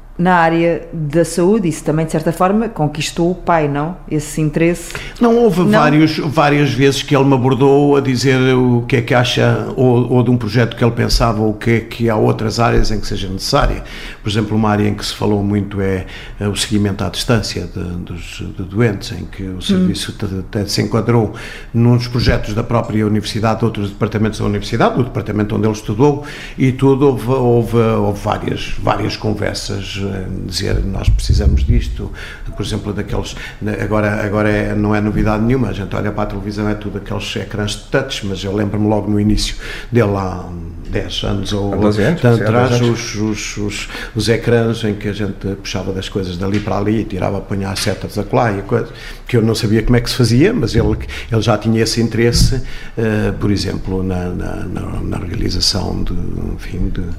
na área da saúde, isso também de certa forma conquistou o pai, não? Esse interesse? Não, houve não. Vários, várias vezes que ele me abordou a dizer o que é que acha, ou, ou de um projeto que ele pensava, ou o que é que há outras áreas em que seja necessária. Por exemplo, uma área em que se falou muito é o seguimento à distância de, dos de doentes, em que o serviço hum. até se enquadrou num dos projetos da própria universidade, de outros departamentos da universidade, do departamento onde ele estudou, e tudo, houve, houve, houve várias, várias conversas, dizer nós precisamos disto, por exemplo, daqueles, agora, agora é, não é novidade nenhuma, a gente olha para a televisão, é tudo aqueles ecrãs de touch, mas eu lembro-me logo no início dele há dez anos ou doze anos, atrás, os, os, os, os ecrãs em que a gente puxava das coisas dali para ali e tirava, punha as setas a colar e coisa, que eu não sabia como é que se fazia, mas ele, ele já tinha esse interesse, uh, por exemplo, na, na, na, na realização de, enfim, de,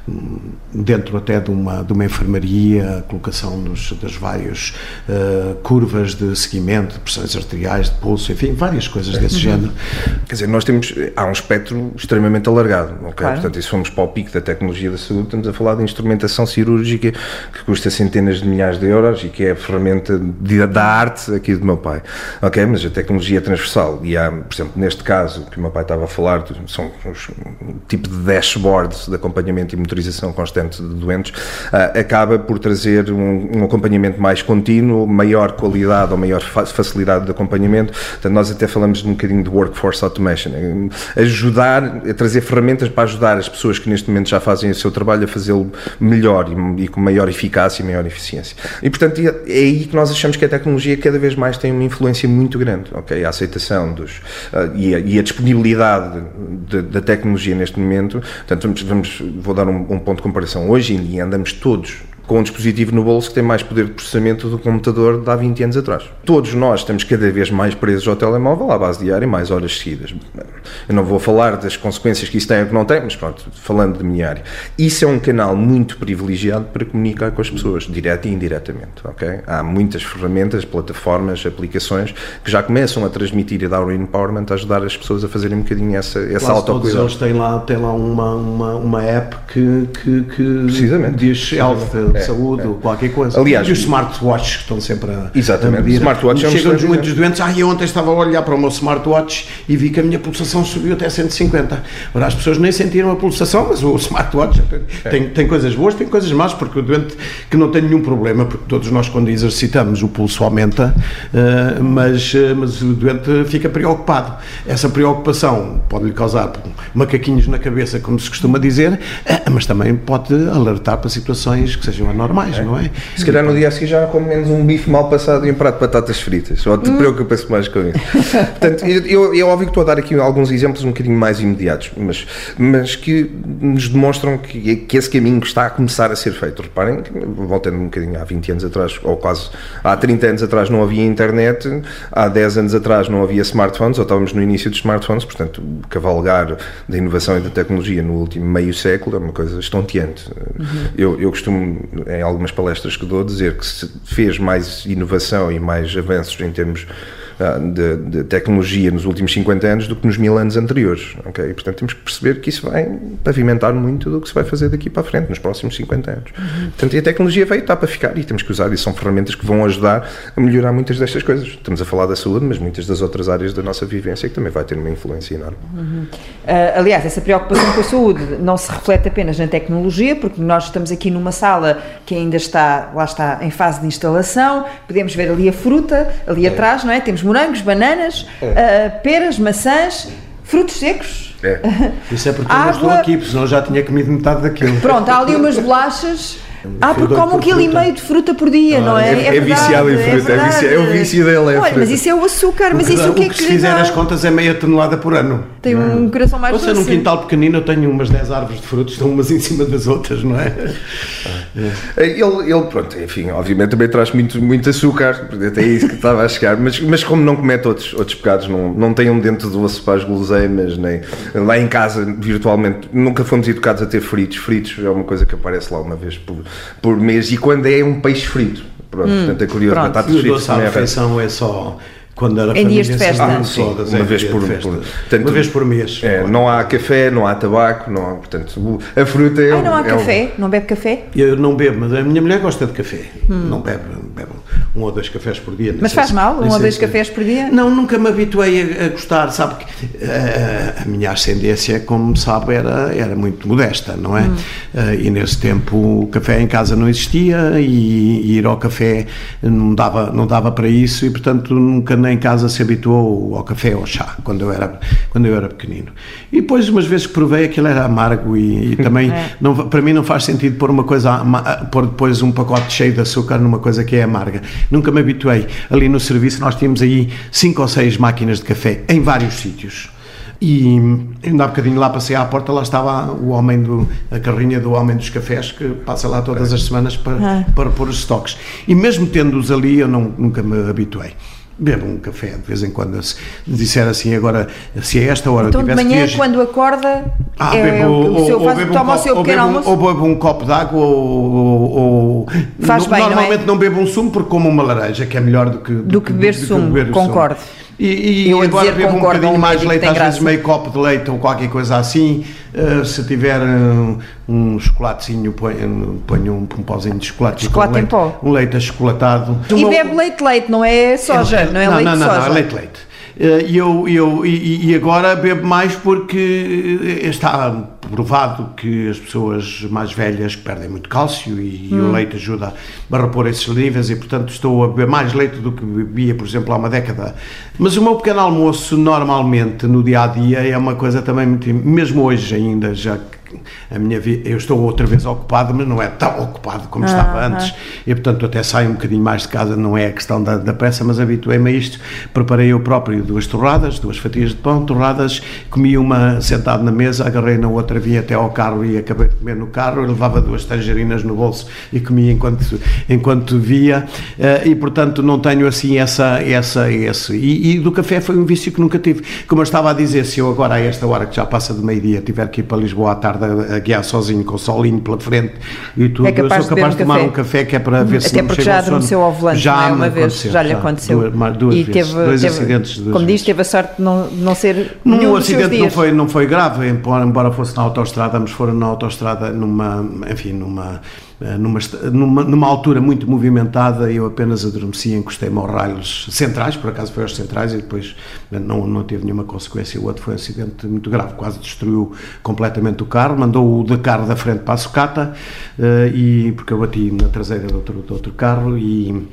dentro até de uma, de uma enfermaria, a colocação dos, das várias uh, curvas de seguimento, de pressões arteriais, de pulso, enfim, várias coisas desse uhum. género. Quer dizer, nós temos, há um espectro extremamente alargado, ok? Claro. Portanto, e se formos para o pico da tecnologia da saúde, estamos a falar de instrumentação cirúrgica que custa centenas de milhares de euros e que é a ferramenta de, da arte aqui do meu pai, ok? Mas a tecnologia é transversal e há, por exemplo, neste caso que o meu pai estava a falar, são os, um tipo de dashboards de acompanhamento e monitorização constante de doentes, uh, acaba por trazer um, um acompanhamento mais contínuo, maior qualidade ou maior fa- facilidade de acompanhamento. Portanto, nós até falamos de um bocadinho de workforce automation, ajudar a trazer ferramentas para ajudar as pessoas que neste momento já fazem o seu trabalho a fazê-lo melhor e, e com maior eficácia e maior eficiência. E, portanto, é, é aí que nós achamos que a tecnologia cada vez mais tem uma influência muito grande, ok? A aceitação dos, uh, e, a, e a disponibilidade de, de, da tecnologia neste momento. Portanto, vamos, vamos, vou dar um, um ponto de comparação. Hoje em dia andamos todos com um dispositivo no bolso que tem mais poder de processamento do computador de há vinte anos atrás. Todos nós estamos cada vez mais presos ao telemóvel à base diária, mais horas seguidas. Eu não vou falar das consequências que isso tem ou que não tem, mas pronto, falando de minha área. Isso é um canal muito privilegiado para comunicar com as pessoas, direto e indiretamente, ok? Há muitas ferramentas, plataformas, aplicações que já começam a transmitir e dar o empowerment, a ajudar as pessoas a fazerem um bocadinho essa, essa autocuidado. Todos eles têm lá, têm lá uma, uma, uma app que, que, que diz health, é, saúde, é. qualquer coisa. Aliás, e os smartwatches que estão sempre a, exatamente, a medir. Smartwatch Chegam-nos é um muitos doentes. Ah, eu ontem estava a olhar para o meu smartwatch e vi que a minha pulsação subiu até cento e cinquenta. Agora, as pessoas nem sentiram a pulsação, mas o smartwatch é. tem, tem coisas boas, tem coisas más, porque o doente que não tem nenhum problema, porque todos nós quando exercitamos o pulso aumenta, uh, mas, uh, mas o doente fica preocupado. Essa preocupação pode-lhe causar macaquinhos na cabeça, como se costuma dizer, uh, mas também pode alertar para situações que sejam anormais, é. não é? Se calhar no dia a seguir já come menos um bife mal passado e um prato de batatas fritas, ou te hum. preocupa-se mais com isso. Portanto, eu, eu, é óbvio que estou a dar aqui alguns exemplos um bocadinho mais imediatos, mas, mas que nos demonstram que, que esse caminho está a começar a ser feito. Reparem, voltando um bocadinho há vinte anos atrás, ou quase há trinta anos atrás não havia internet, há dez anos atrás não havia smartphones, ou estávamos no início dos smartphones, portanto, o cavalgar da inovação e da tecnologia no último meio século é uma coisa estonteante. Uhum. Eu, eu costumo, em algumas palestras que dou, dizer que se fez mais inovação e mais avanços em termos uh, de, de tecnologia nos últimos cinquenta anos do que nos mil anos anteriores, ok? E, portanto, temos que perceber que isso vai pavimentar muito do que se vai fazer daqui para a frente, nos próximos cinquenta anos. Uhum. Portanto, e a tecnologia veio, está para ficar e temos que usar, e são ferramentas que vão ajudar a melhorar muitas destas coisas. Estamos a falar da saúde, mas muitas das outras áreas da nossa vivência que também vai ter uma influência enorme. Uhum. Uh, aliás, essa preocupação com a saúde não se reflete apenas na tecnologia, porque nós estamos aqui numa sala que ainda está, lá está, em fase de instalação, podemos ver ali a fruta, ali é. atrás, não é? Temos morangos, bananas, é. uh, peras, maçãs, frutos secos. É. Isso é porque eu não estou aqui, porque senão já tinha comido metade daquilo. Pronto, há ali umas bolachas. Ah, porque come um quilo e meio de fruta por dia, ah, não é? É, é, é viciado em fruta, é, é, vici, é o vício dele. É Olha, mas isso é o açúcar, mas isso o que é que se fizer as contas é meia tonelada por ano. Tem um coração mais doce. Ou seja, num quintal pequenino eu tenho umas dez árvores de frutos, estão umas em cima das outras, não é? é. Ele, ele, pronto, enfim, obviamente também traz muito, muito açúcar, até é isso que estava a chegar, mas, mas como não comete outros, outros pecados, não, não tem um dentro do osso para as guloseimas, nem lá em casa, virtualmente, nunca fomos educados a ter fritos. Fritos é uma coisa que aparece lá uma vez por, por mês. E quando é um peixe frito, pronto, hum, portanto é curioso, pronto. batatas fritas também. A refeição é só Quando era em dias de festa. Ah, sim, todas, uma, é, vez por, por, portanto, uma vez por mês. É, não há café, não há tabaco, não há, portanto, a fruta é... Ah, não há é café? Um... Não bebe café? Eu não bebo, mas a minha mulher gosta de café. Hum. Não bebe, bebe um ou dois cafés por dia. Mas faz se, mal? Um ou dois se... cafés por dia? Não, nunca me habituei a, a gostar, sabe que uh, a minha ascendência, como sabe, era, era muito modesta, não é? Hum. Uh, e nesse tempo o café em casa não existia e, e ir ao café não dava, não dava para isso e, portanto, nunca nem em casa se habituou ao café ou ao chá, quando eu era, quando eu era pequenino. E depois, umas vezes que provei, aquilo era amargo e, e também, é. não, para mim não faz sentido pôr uma coisa, pôr depois um pacote cheio de açúcar numa coisa que é amarga. Nunca me habituei. Ali no serviço nós tínhamos aí cinco ou seis máquinas de café, em vários sítios. E ainda há bocadinho lá passei à porta, lá estava o homem do, a carrinha do homem dos cafés, que passa lá todas as semanas para, ah. para pôr os estoques. E mesmo tendo-os ali, eu não, nunca me habituei. Bebo um café de vez em quando, se disser assim, agora, se a esta hora... Então de manhã, que... quando acorda, ah, é, bebo, o, o seu ou, faz, ou toma um o seu copo, pequeno ou bebo, almoço? Ou bebo um copo de água, ou... ou faz no, bem, normalmente não, é? não bebo um sumo, porque como uma laranja, que é melhor do que... Do, do que beber sumo, beber concordo. Sumo. E, e agora bebo um bocadinho mais de leite, às vezes meio copo de leite ou qualquer coisa assim. Uh, se tiver um, um chocolatezinho, ponho, ponho um, um pauzinho de chocolate. Chocolate leite, em pó. Um leite achocolatado. E uma... bebe leite-leite, não é soja, não é não, leite não, não, soja. Não, é leite-leite. E eu, eu, e, e agora bebo mais porque está provado que as pessoas mais velhas perdem muito cálcio e, hum. e o leite ajuda a repor esses níveis e, portanto, estou a beber mais leite do que bebia, por exemplo, há uma década. Mas o meu pequeno almoço, normalmente, no dia-a-dia, é uma coisa também muito... Mesmo hoje ainda, já que a minha vida, eu estou outra vez ocupado, mas não é tão ocupado como ah, estava antes ah. e portanto até saio um bocadinho mais de casa, não é a questão da, da pressa, mas habituei-me a isto. Preparei eu próprio duas torradas, duas fatias de pão, torradas, comi uma sentado na mesa, agarrei na outra, vim até ao carro e acabei de comer no carro, eu levava duas tangerinas no bolso e comia enquanto, enquanto via e portanto não tenho assim essa, essa, esse e, e do café foi um vício que nunca tive, como eu estava a dizer, se eu agora a esta hora que já passa de meio-dia tiver que ir para Lisboa à tarde a guiar sozinho com o solinho pela frente e tudo, é capaz eu sou capaz de, de tomar um café que é para ver até se não porque já adormeceu ao volante, já não é? Uma vez, aconteceu, já lhe aconteceu já, duas, duas e vezes, teve, dois teve, acidentes duas como vezes. diz, teve a sorte de não, não ser nenhum nenhum acidente não foi, não foi grave, embora fosse na autoestrada, mas foram na autoestrada numa, enfim, numa Numa, numa, numa altura muito movimentada, eu apenas adormeci, encostei-me aos raios centrais, por acaso foi aos centrais e depois não, não teve nenhuma consequência. O outro foi um acidente muito grave, quase destruiu completamente o carro, mandou o de carro da frente para a sucata, uh, e, porque eu bati na traseira do outro, do outro carro e, uh,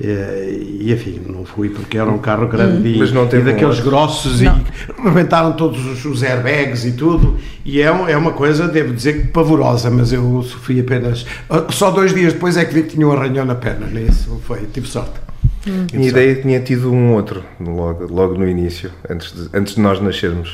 e enfim, não fui porque era um carro grande hum. e, e daqueles um grossos não. E rebentaram todos os, os airbags e tudo, e é, é uma coisa, devo dizer, pavorosa, mas eu sofri apenas... Só dois dias depois é que vi que tinha um arranhão na perna, nem isso foi, tive sorte. Hum. Minha ideia tinha tido um outro, logo, logo no início, antes de, antes de nós nascermos.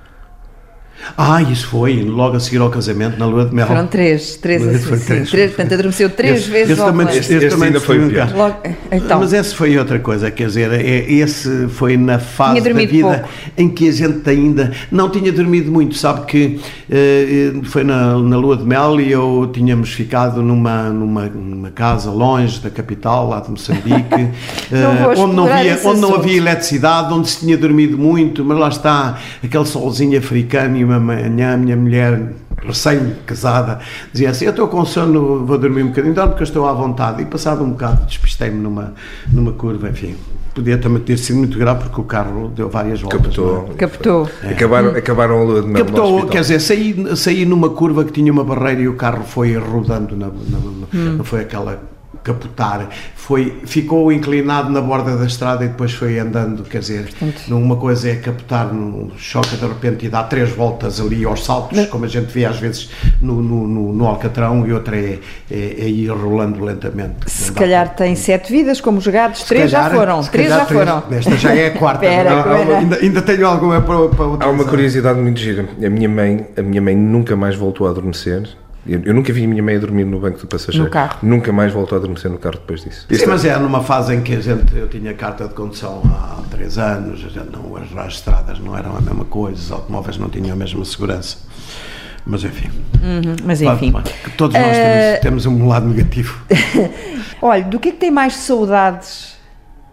Ah, isso foi logo a seguir ao casamento, na lua de mel. Foram três, três, assim, foi três, três, portanto adormeceu três esse, vezes esse ao também, esse, esse, esse também ainda foi o pior. Logo, então. Mas esse foi outra coisa, quer dizer, esse foi na fase da vida pouco. Em que a gente ainda não tinha dormido muito, sabe que uh, foi na, na lua de mel e eu tínhamos ficado numa, numa, numa casa longe da capital, lá de Moçambique, uh, onde, não havia, onde não havia eletricidade, onde se tinha dormido muito, mas lá está, aquele solzinho africano e uma manhã a minha mulher recém-casada dizia assim, eu estou com sono, vou dormir um bocadinho, então porque eu estou à vontade, e passado um bocado despistei-me numa, numa curva, enfim, podia também ter sido muito grave porque o carro deu várias voltas. Captou. Captou. É. Acabaram, acabaram a lua de mel no hospital. Quer dizer, saí, saí numa curva que tinha uma barreira e o carro foi rodando, na, na, na, hum. não foi aquela capotar, foi, ficou inclinado na borda da estrada e depois foi andando, quer dizer, portanto, uma coisa é capotar no choque de repente e dar três voltas ali aos saltos, mas, como a gente vê às vezes no, no, no, no Alcatrão, e outra é, é, é ir rolando lentamente. Se calhar tem sete vidas, como os gatos, três calhar, já foram, três já três, foram. Esta já é a quarta. Pera, não, há, ainda, ainda tenho alguma para, para utilizar. Há uma curiosidade muito gira, a minha mãe, a minha mãe nunca mais voltou a adormecer. Eu, eu nunca vi a minha mãe a dormir no banco do passageiro. No carro. Nunca mais voltou a adormecer no carro depois disso. Sim, mas é numa fase em que a gente, eu tinha carta de condução há três anos, a gente não, as, as estradas não eram a mesma coisa, os automóveis não tinham a mesma segurança. Mas enfim. Uhum, mas enfim. Pá, pá, todos nós uh... temos, temos um lado negativo. Olha, do que é que tem mais saudades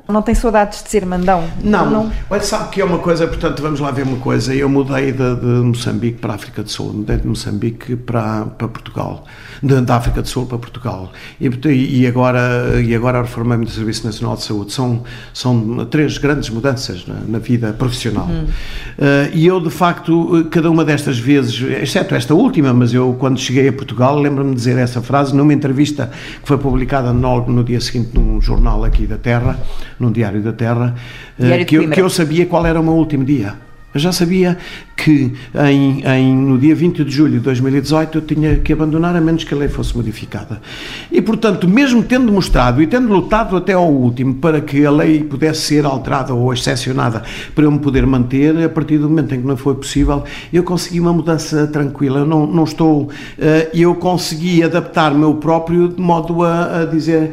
Não tem saudades de ser mandão? Não, não. Olha, sabe que é uma coisa, portanto, vamos lá ver uma coisa. Eu mudei de, de Moçambique para a África do Sul, mudei de Moçambique para, para Portugal, de, da África do Sul para Portugal. E, e agora, e agora reformei-me do Serviço Nacional de Saúde. São, são três grandes mudanças na, na vida profissional. Hum. Uh, e eu, de facto, cada uma destas vezes, exceto esta última, mas eu, quando cheguei a Portugal, lembro-me de dizer essa frase numa entrevista que foi publicada no, no dia seguinte num jornal aqui da Terra, num Diário da Terra, Diário que, eu, que eu sabia qual era o meu último dia. Eu já sabia que em, em, no dia vinte de julho de dois mil e dezoito eu tinha que abandonar a menos que a lei fosse modificada. E, portanto, mesmo tendo mostrado e tendo lutado até ao último para que a lei pudesse ser alterada ou excepcionada para eu me poder manter, a partir do momento em que não foi possível, eu consegui uma mudança tranquila. Eu não, não estou... Eu consegui adaptar-me eu próprio de modo a, a dizer...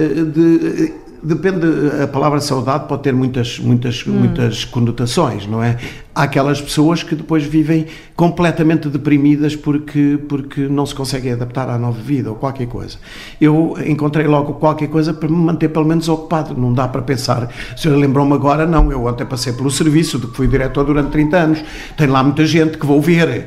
de Depende, a palavra saudade pode ter muitas, muitas, hum. muitas conotações, não é? Há aquelas pessoas que depois vivem completamente deprimidas porque, porque não se conseguem adaptar à nova vida ou qualquer coisa. Eu encontrei logo qualquer coisa para me manter pelo menos ocupado. Não dá para pensar, se eu lembrou-me agora, não, eu ontem passei pelo serviço, de que fui diretor durante trinta anos, tem lá muita gente que vou ver,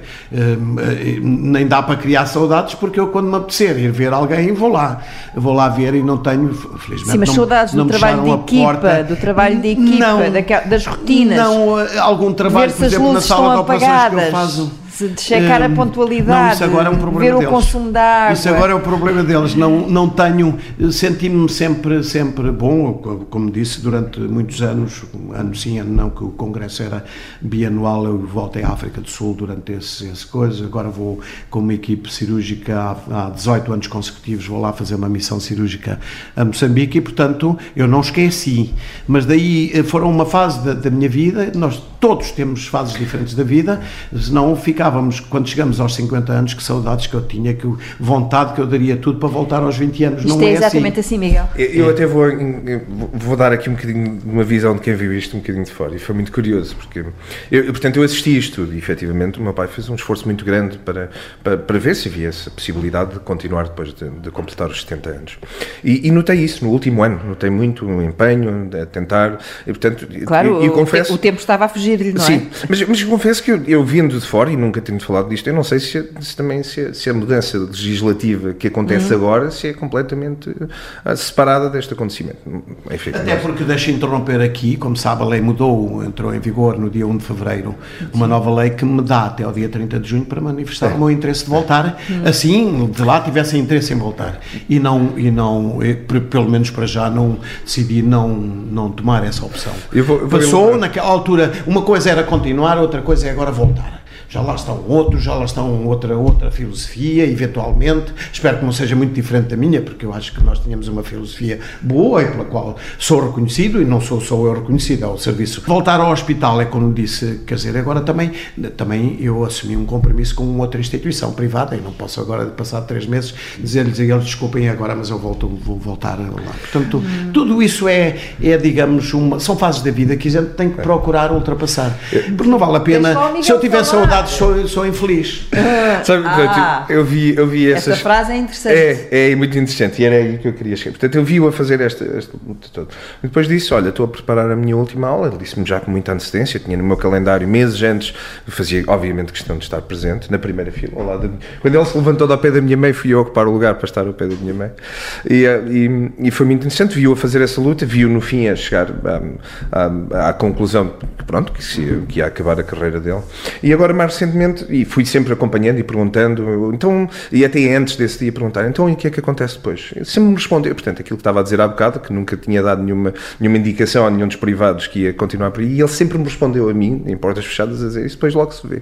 nem dá para criar saudades porque eu quando me apetecer ir ver alguém vou lá, vou lá ver e não tenho, felizmente. Sim, mas não, saudades não do trabalho de equipa, porta. do trabalho de equipa, não, daquela, das rotinas. Não, algum trabalho, por exemplo, na sala de operações que eu faço. De checar a pontualidade, não, isso agora é um problema ver deles. O consumo da água. Isso agora é o problema deles. Não, não tenho, senti-me sempre, sempre bom, como disse, durante muitos anos, ano sim, ano não, que o congresso era bianual, eu voltei à África do Sul durante esse, esse coisa, agora vou com uma equipe cirúrgica há, há dezoito anos consecutivos, vou lá fazer uma missão cirúrgica a Moçambique e, portanto, eu não esqueci. Mas daí foram uma fase da, da minha vida, nós todos temos fases diferentes da vida, senão ficávamos, quando chegamos aos cinquenta anos, que saudades que eu tinha, que vontade que eu daria tudo para voltar aos vinte anos. Isto não é é exatamente assim, assim Miguel. Eu, eu até vou, vou dar aqui um bocadinho de uma visão de quem viu isto um bocadinho de fora, e foi muito curioso, porque, eu, portanto, eu assisti isto tudo, e efetivamente o meu pai fez um esforço muito grande para, para, para ver se havia essa possibilidade de continuar depois de, de completar os setenta anos. E, e notei isso no último ano, notei muito o empenho a tentar, e portanto... Claro, eu, eu o, confesso, o tempo estava a fugir-lhe, não é? Sim, mas, mas confesso que eu, eu vindo de fora, e nunca tenho falado disto, eu não sei se, se também se a, se a mudança legislativa que acontece uhum. agora, se é completamente uh, separada deste acontecimento. Enfim, Até mas... porque, deixa interromper aqui, como sabe, a lei mudou, entrou em vigor no dia primeiro de fevereiro, uma Sim. nova lei que me dá até ao dia trinta de junho para manifestar é. o meu interesse de voltar, uhum. assim, de lá tivesse interesse em voltar. E não, e não eu, pelo menos para já, não decidi não, não tomar essa opção. Eu vou, eu vou Passou, lembrar. naquela altura, uma coisa era continuar, outra coisa é agora voltar. Já lá estão outros, já lá estão outra, outra filosofia, eventualmente. Espero que não seja muito diferente da minha, porque eu acho que nós tínhamos uma filosofia boa e pela qual sou reconhecido, e não sou só eu reconhecido, é o serviço. Voltar ao hospital é como disse, quer dizer, agora também, também eu assumi um compromisso com outra instituição privada e não posso agora, passar três meses, dizer-lhes a eles, desculpem agora, mas eu volto, vou voltar lá. Portanto, hum. tudo isso é, é digamos, uma, são fases da vida que a gente tem que procurar ultrapassar. Porque não vale a pena, se eu tiver saudade, Sou, sou infeliz. Sabe, ah, eu vi, eu vi essas... Essa frase é interessante. É, é muito interessante e era aí que eu queria chegar. Portanto, eu vi-o a fazer esta, esta luta toda. Depois disse, olha, estou a preparar a minha última aula. Ele disse-me já com muita antecedência, eu tinha no meu calendário meses antes, fazia obviamente questão de estar presente na primeira fila, ao lado da minha... Quando ele se levantou ao pé da minha mãe, fui eu ocupar o lugar para estar ao pé da minha mãe. E, e, e foi muito interessante, viu a fazer essa luta, viu no fim a chegar à, à, à conclusão que pronto, que, se, que ia acabar a carreira dele. E agora, mais recentemente, e fui sempre acompanhando e perguntando, então, e até antes desse dia perguntar, então, e o que é que acontece depois? Ele sempre me respondeu, portanto, aquilo que estava a dizer há bocado, que nunca tinha dado nenhuma, nenhuma indicação a nenhum dos privados que ia continuar por aí, e ele sempre me respondeu a mim, em portas fechadas, a dizer, isso depois logo se vê.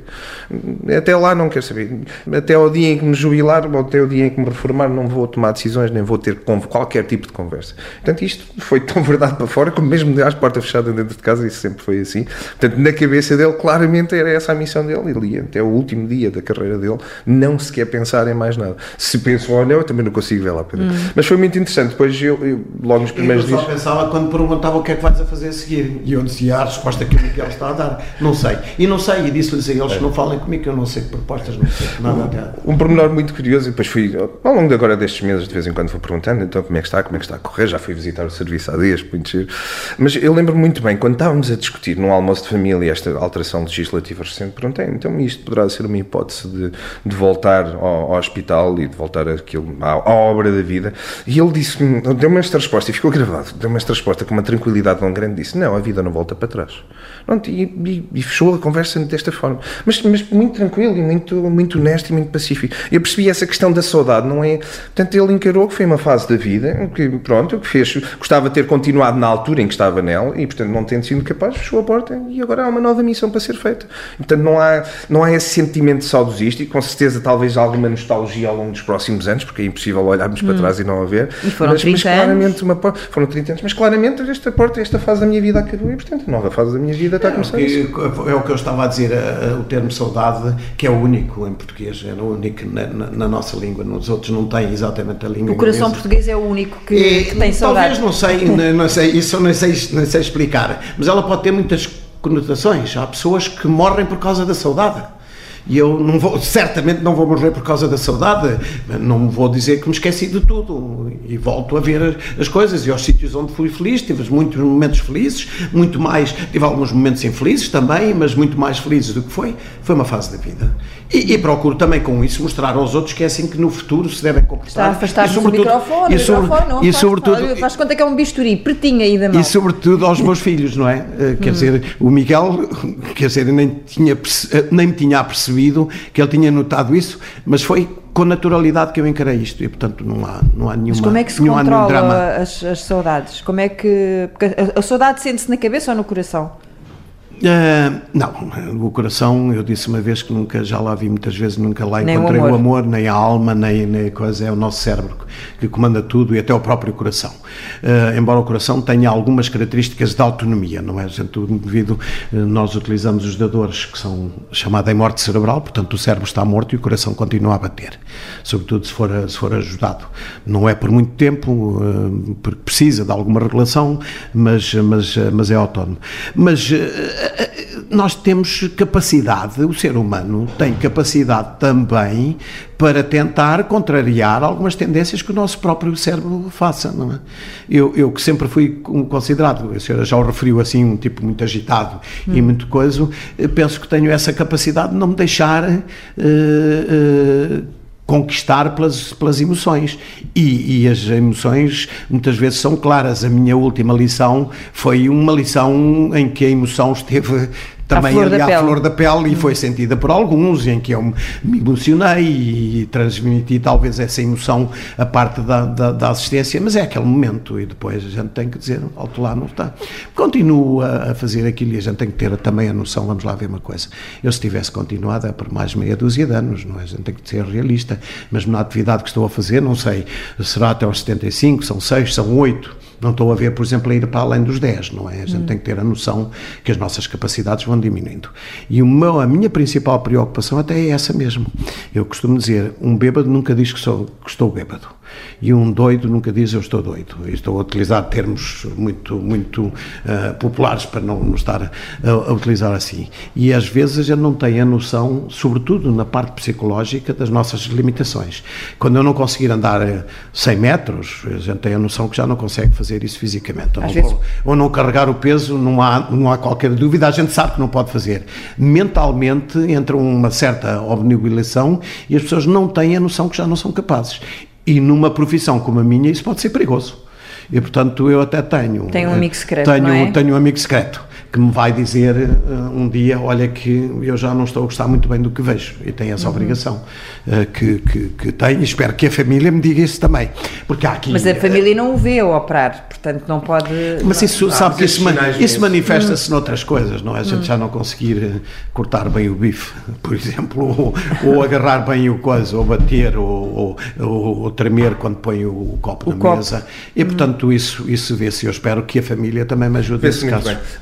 Até lá não quero saber. Até ao dia em que me jubilar, ou até ao dia em que me reformar, não vou tomar decisões, nem vou ter qualquer tipo de conversa. Portanto, isto foi tão verdade para fora, como mesmo às portas fechadas dentro de casa, isso sempre foi assim. Portanto, na cabeça dele, claramente era essa a missão dele, e ele ia até o último dia da carreira dele, não sequer pensar em mais nada. Se pensou ou não, eu também não consigo ver lá para dentro. Hum. Mas foi muito interessante, depois eu, eu logo nos primeiros dias... Eu só dias... pensava quando perguntava o que é que vais a fazer a seguir, e eu dizia a resposta que o Miguel está a dar, não sei, e não sei, e disse-lhes a eles é. que não falem comigo, que eu não sei que propostas, não sei nada. Um, um pormenor muito curioso, e depois fui, ao longo de agora destes meses, de vez em quando vou perguntando, então como é que está, como é que está a correr, já fui visitar o serviço há dias, muito giro. Mas eu lembro muito bem, quando estávamos a discutir num almoço de família esta alteração legislativa recente, perguntei, então isto poderá ser uma hipótese de, de voltar ao, ao hospital e de voltar àquilo, à, à obra da vida, e ele disse-me, deu-me esta resposta, e ficou gravado, deu-me esta resposta com uma tranquilidade tão grande, disse, não, a vida não volta para trás. Pronto, e, e, e fechou a conversa desta forma, mas, mas muito tranquilo e muito, muito honesto e muito pacífico. Eu percebi essa questão da saudade, não é? Portanto, ele encarou que foi uma fase da vida, que pronto, que fez, gostava de ter continuado na altura em que estava nela, e portanto, não tendo sido capaz, fechou a porta e agora há uma nova missão para ser feita. Portanto, não há, não há esse sentimento saudosista e com certeza talvez alguma nostalgia ao longo dos próximos anos, porque é impossível olharmos hum. para trás e não haver. E foram mas, trinta mas claramente uma porta, foram trinta anos, mas claramente esta porta, esta fase da minha vida acabou e portanto a nova fase da minha vida está a começar. É, é o que eu estava a dizer, o termo saudade, que é o único em português, é o único na, na, na nossa língua, nos outros não tem exatamente a língua. O coração inglesa. Português é o único que, é, que tem saudade. Talvez, não sei, não sei, isso eu não sei, não sei explicar, mas ela pode ter muitas conotações. Há pessoas que morrem por causa da saudade. E eu não vou, certamente não vou morrer por causa da saudade, não vou dizer que me esqueci de tudo e volto a ver as coisas e aos sítios onde fui feliz, tive muitos momentos felizes, muito mais, tive alguns momentos infelizes também, mas muito mais felizes do que foi, foi uma fase da vida. E, e procuro também com isso mostrar aos outros que é assim que no futuro se devem comportar. Está a afastar-se do microfone, e sobre, microfone não, e faz, sobretudo, faz, faz conta que é um bisturi, pretinho aí da mão. E sobretudo aos meus filhos, não é? Quer hum. dizer, o Miguel, quer dizer, nem, tinha, nem me tinha apercebido que ele tinha notado isso, mas foi com naturalidade que eu encarei isto e portanto não há, não há nenhuma, mas como é que se controla as, as saudades? Como é que, porque a, a saudade sente-se na cabeça ou no coração? Uh, não, o coração, eu disse uma vez que nunca, já lá vi muitas vezes, nunca lá nem encontrei o amor. o amor, nem a alma, nem, nem a coisa, é o nosso cérebro que comanda tudo e até o próprio coração. Uh, embora o coração tenha algumas características de autonomia, não é? Gente, devido, uh, nós utilizamos os dadores que são chamados em morte cerebral, portanto o cérebro está morto e o coração continua a bater, sobretudo se for, se for ajudado. Não é por muito tempo, uh, porque precisa de alguma regulação, mas, mas, mas é autónomo. Mas uh, nós temos capacidade, o ser humano tem capacidade também para tentar contrariar algumas tendências que o nosso próprio cérebro faça, não é? Eu, eu que sempre fui considerado, a senhora já o referiu assim, um tipo muito agitado hum. e muito coisa, penso que tenho essa capacidade de não me deixar uh, uh, conquistar pelas, pelas emoções e, e as emoções muitas vezes são claras. A minha última lição foi uma lição em que a emoção esteve também ali à flor da pele e foi sentida por alguns, em que eu me emocionei e transmiti talvez essa emoção a parte da, da, da assistência, mas é aquele momento e depois a gente tem que dizer, alto lá não está. Continuo a, a fazer aquilo e a gente tem que ter também a noção, vamos lá ver uma coisa, eu se tivesse continuado é por mais meia dúzia de anos, não é? A gente tem que ser realista, mas na atividade que estou a fazer, não sei, será até aos setenta e cinco, são seis, são oito, não estou a ver, por exemplo, a ir para além dos dez, não é? A gente hum. tem que ter a noção que as nossas capacidades vão diminuindo. E o meu, a minha principal preocupação até é essa mesmo. Eu costumo dizer, um bêbado nunca diz que, sou, que estou bêbado. E um doido nunca diz eu estou doido. E estou a utilizar termos muito, muito uh, populares para não, não estar a, a utilizar assim. E às vezes a gente não tem a noção, sobretudo na parte psicológica, das nossas limitações. Quando eu não conseguir andar cem metros, a gente tem a noção que já não consegue fazer isso fisicamente. Ou, não, vezes... ou não carregar o peso, não há, não há qualquer dúvida, a gente sabe que não pode fazer. Mentalmente entra uma certa obnubilação e as pessoas não têm a noção que já não são capazes. E numa profissão como a minha, isso pode ser perigoso. E, portanto, eu até tenho... Tem um amigo secreto, tenho, não é? Tenho um amigo secreto que me vai dizer uh, um dia, olha que eu já não estou a gostar muito bem do que vejo. E tenho essa uhum. obrigação uh, que, que, que tenho. E espero que a família me diga isso também. Porque há aqui... Mas a família não o vê a operar, portanto não pode... Mas isso, sabe que isso, isso manifesta-se hum. noutras coisas, não é? A gente hum. já não conseguir cortar bem o bife, por exemplo, ou, ou agarrar bem o coisa, ou bater, ou, ou, ou tremer quando põe o, o copo o na copo. mesa. E, portanto, hum. isso, isso vê-se. Eu espero que a família também me ajude nesse caso. Bem. Sabe que ele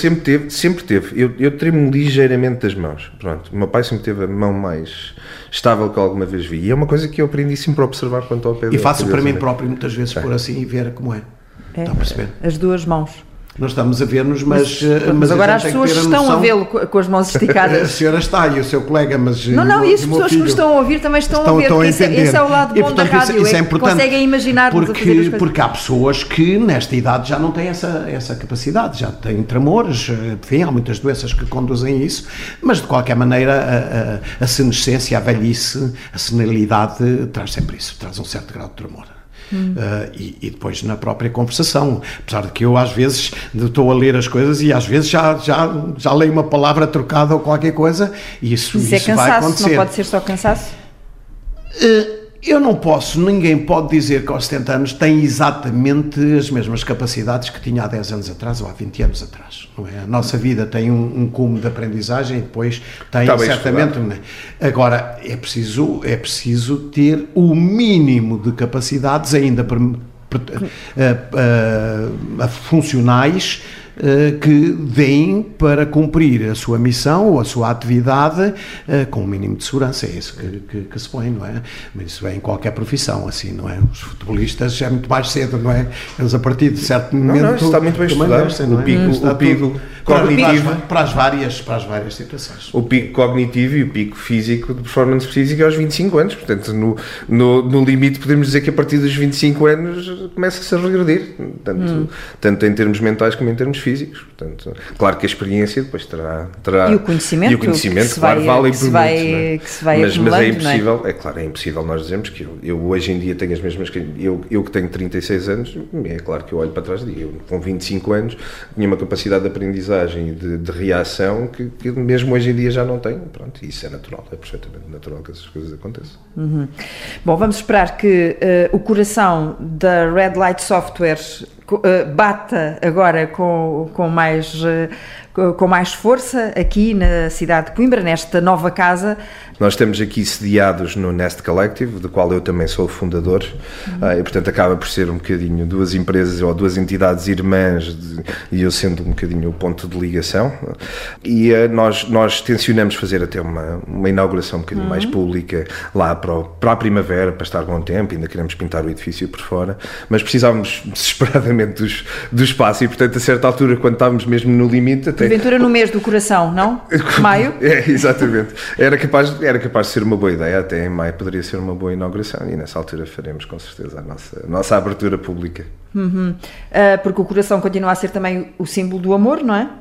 sempre teve, sempre teve. Eu, eu tremo ligeiramente das mãos. Pronto, o meu pai sempre teve a mão mais estável que alguma vez vi. E é uma coisa que eu aprendi sempre a observar quando estou ao pé dele. E faço para mim próprio muitas vezes é. por assim e ver como é. é. Está a perceber? As duas mãos. Nós estamos a ver-nos, mas, mas, mas, mas agora as pessoas que estão a vê-lo com as mãos esticadas. A senhora está e o seu colega, mas... Não, não, e as pessoas que estão a ouvir também estão, estão a ver, estão a esse, esse é o lado bom e, portanto, da rádio, isso, isso é, é importante, conseguem imaginar-nos porque, a fazer as coisas. Porque há pessoas que nesta idade já não têm essa, essa capacidade, já têm tremores, enfim, há muitas doenças que conduzem a isso, mas de qualquer maneira a, a, a senescência, a velhice, a senilidade traz sempre isso, traz um certo grau de tremor. Hum. Uh, e, e depois na própria conversação, apesar de que eu às vezes estou a ler as coisas e às vezes já, já, já leio uma palavra trocada ou qualquer coisa e isso, isso, isso é cansaço, vai acontecer. Não pode ser só cansaço? Uh, eu não posso, ninguém pode dizer que aos setenta anos tem exatamente as mesmas capacidades que tinha há dez anos atrás ou há vinte anos atrás, não é? A nossa vida tem um, um cume de aprendizagem e depois tem tá certamente... Não é? Agora, é preciso, é preciso ter o mínimo de capacidades ainda para, para, a, a, a funcionais Uh, que deem para cumprir a sua missão ou a sua atividade uh, com o mínimo de segurança. É isso que, que, que se põe, não é? Mas isso é em qualquer profissão, assim, não é? Os futebolistas é muito mais cedo, não é? Eles a partir de certo momento... Não, não, isso está muito bem estudado. Descem, o pico, hum, o pico cognitivo... Para, para, as várias, para as várias situações. O pico cognitivo e o pico físico, de performance física, aos vinte e cinco anos. Portanto, no, no, no limite, podemos dizer que a partir dos vinte e cinco anos começa-se a regredir. Tanto, hum. tanto em termos mentais como em termos físicos. Portanto, claro que a experiência depois terá, terá e o conhecimento, e o conhecimento que claro, vai, vale que por vai, muito, não é? que se vai mas, mas é impossível, é? é claro, é impossível nós dizermos que eu, eu hoje em dia tenho as mesmas que eu, eu que tenho trinta e seis anos, é claro que eu olho para trás e eu com vinte e cinco anos tinha uma capacidade de aprendizagem e de, de reação que, que mesmo hoje em dia já não tenho, pronto, isso é natural, é perfeitamente natural que essas coisas aconteçam. Uhum. Bom, vamos esperar que uh, o coração da Red Light Software uh, bata agora com, com mais... Uh, com mais força aqui na cidade de Coimbra, nesta nova casa. Nós estamos aqui sediados no Nest Collective, do qual eu também sou o fundador, uhum. uh, e portanto acaba por ser um bocadinho duas empresas ou duas entidades irmãs de, e eu sendo um bocadinho o ponto de ligação. E uh, nós, nós tencionamos fazer até uma, uma inauguração um bocadinho uhum. mais pública lá para, o, para a primavera, para estar bom tempo, ainda queremos pintar o edifício por fora, mas precisávamos desesperadamente do, do espaço e portanto a certa altura, quando estávamos mesmo no limite, até Porventura no mês do coração, não? Maio? É, exatamente. Era capaz, era capaz de ser uma boa ideia, até em maio poderia ser uma boa inauguração e nessa altura faremos com certeza a nossa, a nossa abertura pública. Uhum. Uh, porque o coração continua a ser também o símbolo do amor, não é?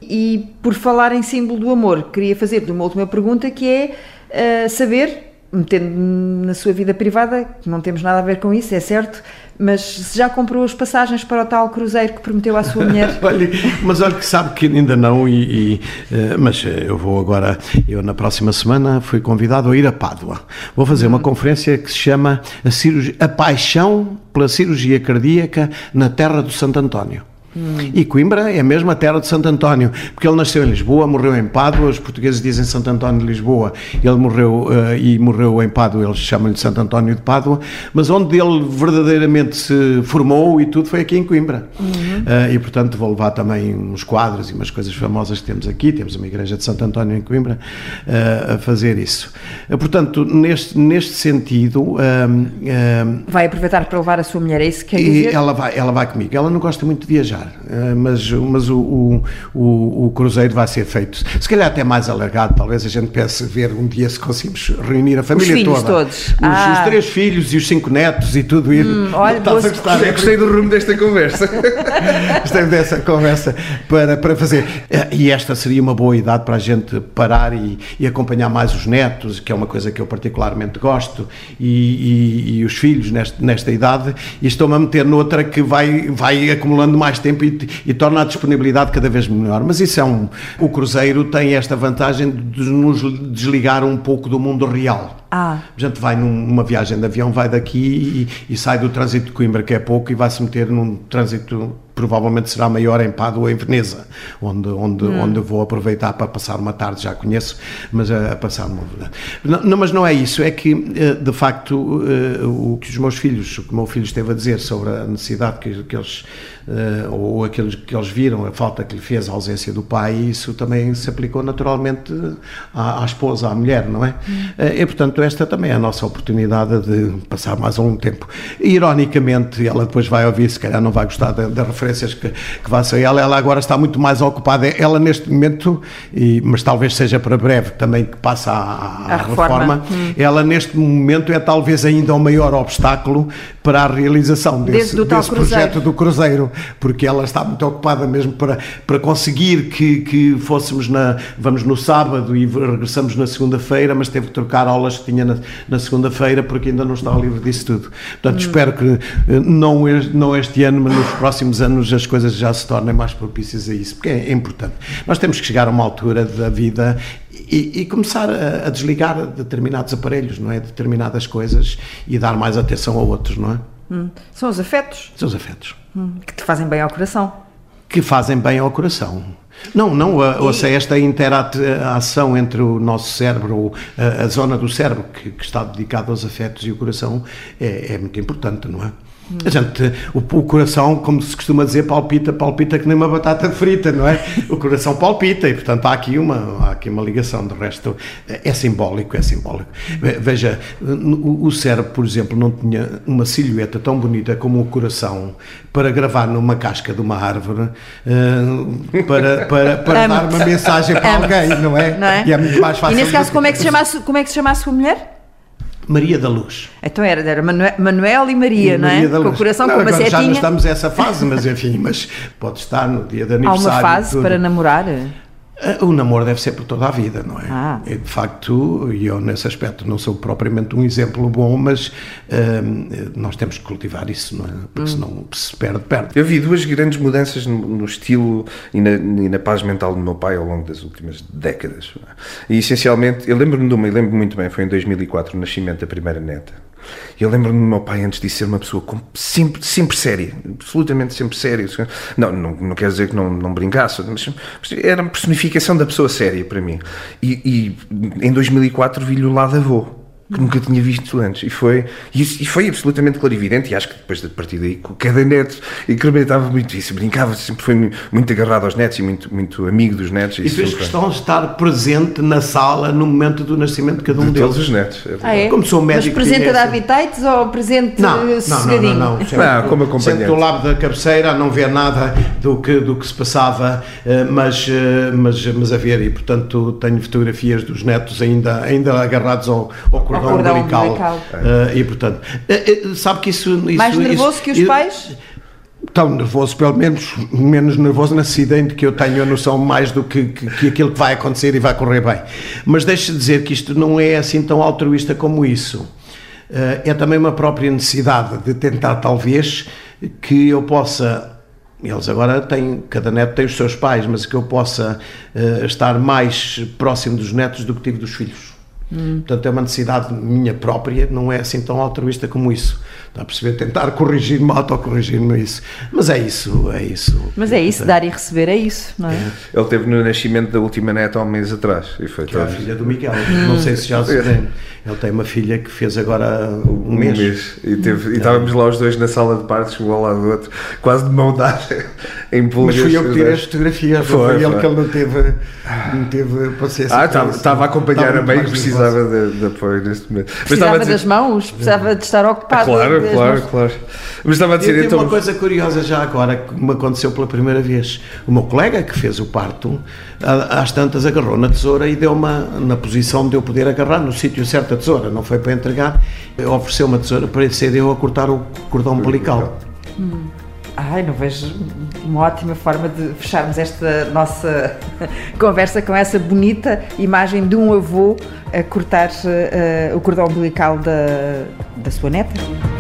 E por falar em símbolo do amor, queria fazer-lhe uma última pergunta que é uh, saber, metendo na sua vida privada, que não temos nada a ver com isso, é certo, mas se já comprou as passagens para o tal cruzeiro que prometeu à sua mulher? olha, mas olha que sabe que ainda não, e, e, uh, mas eu vou agora, eu na próxima semana fui convidado a ir a Pádua. Vou fazer hum. uma conferência que se chama a, cirurgia, a Paixão pela Cirurgia Cardíaca na Terra do Santo António. Hum. E Coimbra é mesmo a terra de Santo António, porque ele nasceu em Lisboa, morreu em Pádua, os portugueses dizem Santo António de Lisboa, ele morreu uh, e morreu em Pádua, eles chamam-lhe de Santo António de Pádua, mas onde ele verdadeiramente se formou e tudo foi aqui em Coimbra. Uhum. Uh, e portanto vou levar também uns quadros e umas coisas famosas que temos aqui, temos uma igreja de Santo António em Coimbra uh, a fazer isso. Uh, portanto, neste, neste sentido... Uh, uh, vai aproveitar para levar a sua mulher, é isso que quer dizer? Ela vai, ela vai comigo, ela não gosta muito de viajar. Mas, mas o, o, o, o cruzeiro vai ser feito, se calhar até mais alargado, talvez a gente pense ver um dia se conseguimos reunir a família os filhos toda. Todos. Os, Ah. os três filhos e os cinco netos e tudo isso. Hum, olha, Estás a gostar? Eu gostei do rumo desta conversa. Gostei dessa conversa para, para fazer. E esta seria uma boa idade para a gente parar e, e acompanhar mais os netos, que é uma coisa que eu particularmente gosto, e, e, e os filhos nesta, nesta idade, e estou-me a meter noutra que vai, vai acumulando mais tempo e, e torna a disponibilidade cada vez melhor. Mas isso é um... O cruzeiro tem esta vantagem de nos desligar um pouco do mundo real. Ah. A gente vai numa viagem de avião, vai daqui e, e sai do trânsito de Coimbra, que é pouco, e vai se meter num trânsito provavelmente será maior em Pádua ou em Veneza, onde, onde, hum. onde eu vou aproveitar para passar uma tarde, já conheço, mas a, a passar uma... Não, não, mas não é isso, é que, de facto, o que os meus filhos, o que o meu filho esteve a dizer sobre a necessidade que, que eles, ou aqueles que eles viram, a falta que lhe fez a ausência do pai, isso também se aplicou naturalmente à, à esposa, à mulher, não é? Hum. E, portanto, esta também é a nossa oportunidade de passar mais algum tempo. E, ironicamente, ela depois vai ouvir, se calhar não vai gostar da, da referência que, que vai ser ela, ela agora está muito mais ocupada, ela neste momento, e, mas talvez seja para breve também que passa a, a, a reforma, reforma. Hum. Ela neste momento é talvez ainda o maior obstáculo para a realização desse, desse projeto do cruzeiro, porque ela está muito ocupada mesmo para, para conseguir que, que fôssemos na, vamos no sábado e regressamos na segunda-feira, mas teve que trocar aulas que tinha na, na segunda-feira porque ainda não está livre disso tudo. Portanto, hum. espero que não, não este ano, mas nos próximos anos as coisas já se tornem mais propícias a isso, porque é, é importante. Nós temos que chegar a uma altura da vida e, e começar a, a desligar determinados aparelhos, não é? Determinadas coisas e dar mais atenção a outros, não é? Hum. São os afetos. São os afetos. Hum. Que te fazem bem ao coração. Que fazem bem ao coração. Não, não, a, ou seja, esta interação entre o nosso cérebro, a, a zona do cérebro que, que está dedicada aos afetos e o coração é, é muito importante, não é? A gente, o, o coração, como se costuma dizer, palpita, palpita que nem uma batata frita, não é? O coração palpita e, portanto, há aqui uma, há aqui uma ligação. De resto, é simbólico, é simbólico. Veja, o, o cérebro, por exemplo, não tinha uma silhueta tão bonita como o coração para gravar numa casca de uma árvore, uh, para, para, para dar uma mensagem para alguém, não é? Não é? E é muito mais fácil. E nesse caso, como é que se chama, como é que se chama a sua mulher? Maria da Luz. Então era, era Manuel e Maria, e não Maria é? Com o coração, não, com uma setinha. Já não estamos nessa fase, mas enfim, mas pode estar no dia de aniversário. Há uma fase para namorar? O namoro deve ser por toda a vida, não é? Ah. E, de facto, e eu nesse aspecto não sou propriamente um exemplo bom, mas hum, nós temos que cultivar isso, não é? Porque hum. senão se perde, perde. Eu vi duas grandes mudanças no, no estilo e na, e na paz mental do meu pai ao longo das últimas décadas. E essencialmente, eu lembro-me de uma, e lembro muito bem, foi em dois mil e quatro o nascimento da primeira neta. Eu lembro-me do meu pai antes de ser uma pessoa sempre, sempre séria, absolutamente sempre séria. Não, não, não quer dizer que não, não brincasse, mas era a personificação da pessoa séria para mim. E, e em dois mil e quatro vi-lhe o lado avô, que nunca tinha visto antes, e foi, e, e foi absolutamente clarividente, e acho que depois da partir daí, com cada neto, incrementava muito isso, brincava, sempre foi muito agarrado aos netos e muito, muito amigo dos netos. E fez questão de estar presente na sala no momento do nascimento de cada um de deles. Todos os netos. É ah, é? Como sou médico... Mas presente a dar bitites ou presente não, sossegadinho? Não, não, não. Sempre, não como acompanhante. Sempre do lado da cabeceira, a não ver nada do que, do que se passava, mas, mas, mas a ver, e portanto tenho fotografias dos netos ainda, ainda agarrados ao, ao cordão, ao cordão umbilical. Uh, e portanto, uh, uh, sabe que isso, isso mais nervoso isso, que os isso, pais? Tão nervoso, pelo menos menos nervoso nesse acidente, que eu tenho a noção mais do que, que, que aquilo que vai acontecer e vai correr bem. Mas deixe-me dizer que isto não é assim tão altruísta como isso. Uh, é também uma própria necessidade de tentar, talvez, que eu possa... Eles agora têm, cada neto tem os seus pais, mas que eu possa uh, estar mais próximo dos netos do que tive dos filhos. Hum. Portanto, é uma necessidade minha própria, não é assim tão altruísta como isso. Está a perceber? Tentar corrigir-me, autocorrigir-me isso. Mas é isso, é isso. Mas é isso, dar e receber é isso, não é? é. Ele teve no nascimento da última neta há um mês atrás. E foi que é a filha do Miguel. Hum. Não sei se já se tem. Ele tem uma filha que fez agora um, um mês. mês. E, teve, e estávamos lá os dois na sala de partos, um ao lado do outro, quase de mão dada, em pulgas. Mas fui eu que tirei as fotografias, foi, foi ele foi. que ele não teve, não teve paciência. Ah, estava, estava a acompanhar estava a mãe que precisava de, de apoio neste momento. Mas precisava dizer... das mãos, precisava de estar ocupado. Claro, claro, mãos. claro. Mas estava a dizer, eu então... uma coisa curiosa já agora, que me aconteceu pela primeira vez. O meu colega que fez o parto, às tantas agarrou na tesoura e deu-me na posição de eu poder agarrar no sítio certo a tesoura, não foi para entregar, ofereceu uma tesoura para ser eu a cortar o cordão umbilical. Hum. Ai, não vejo uma ótima forma de fecharmos esta nossa conversa com essa bonita imagem de um avô a cortar uh, o cordão umbilical da, da sua neta.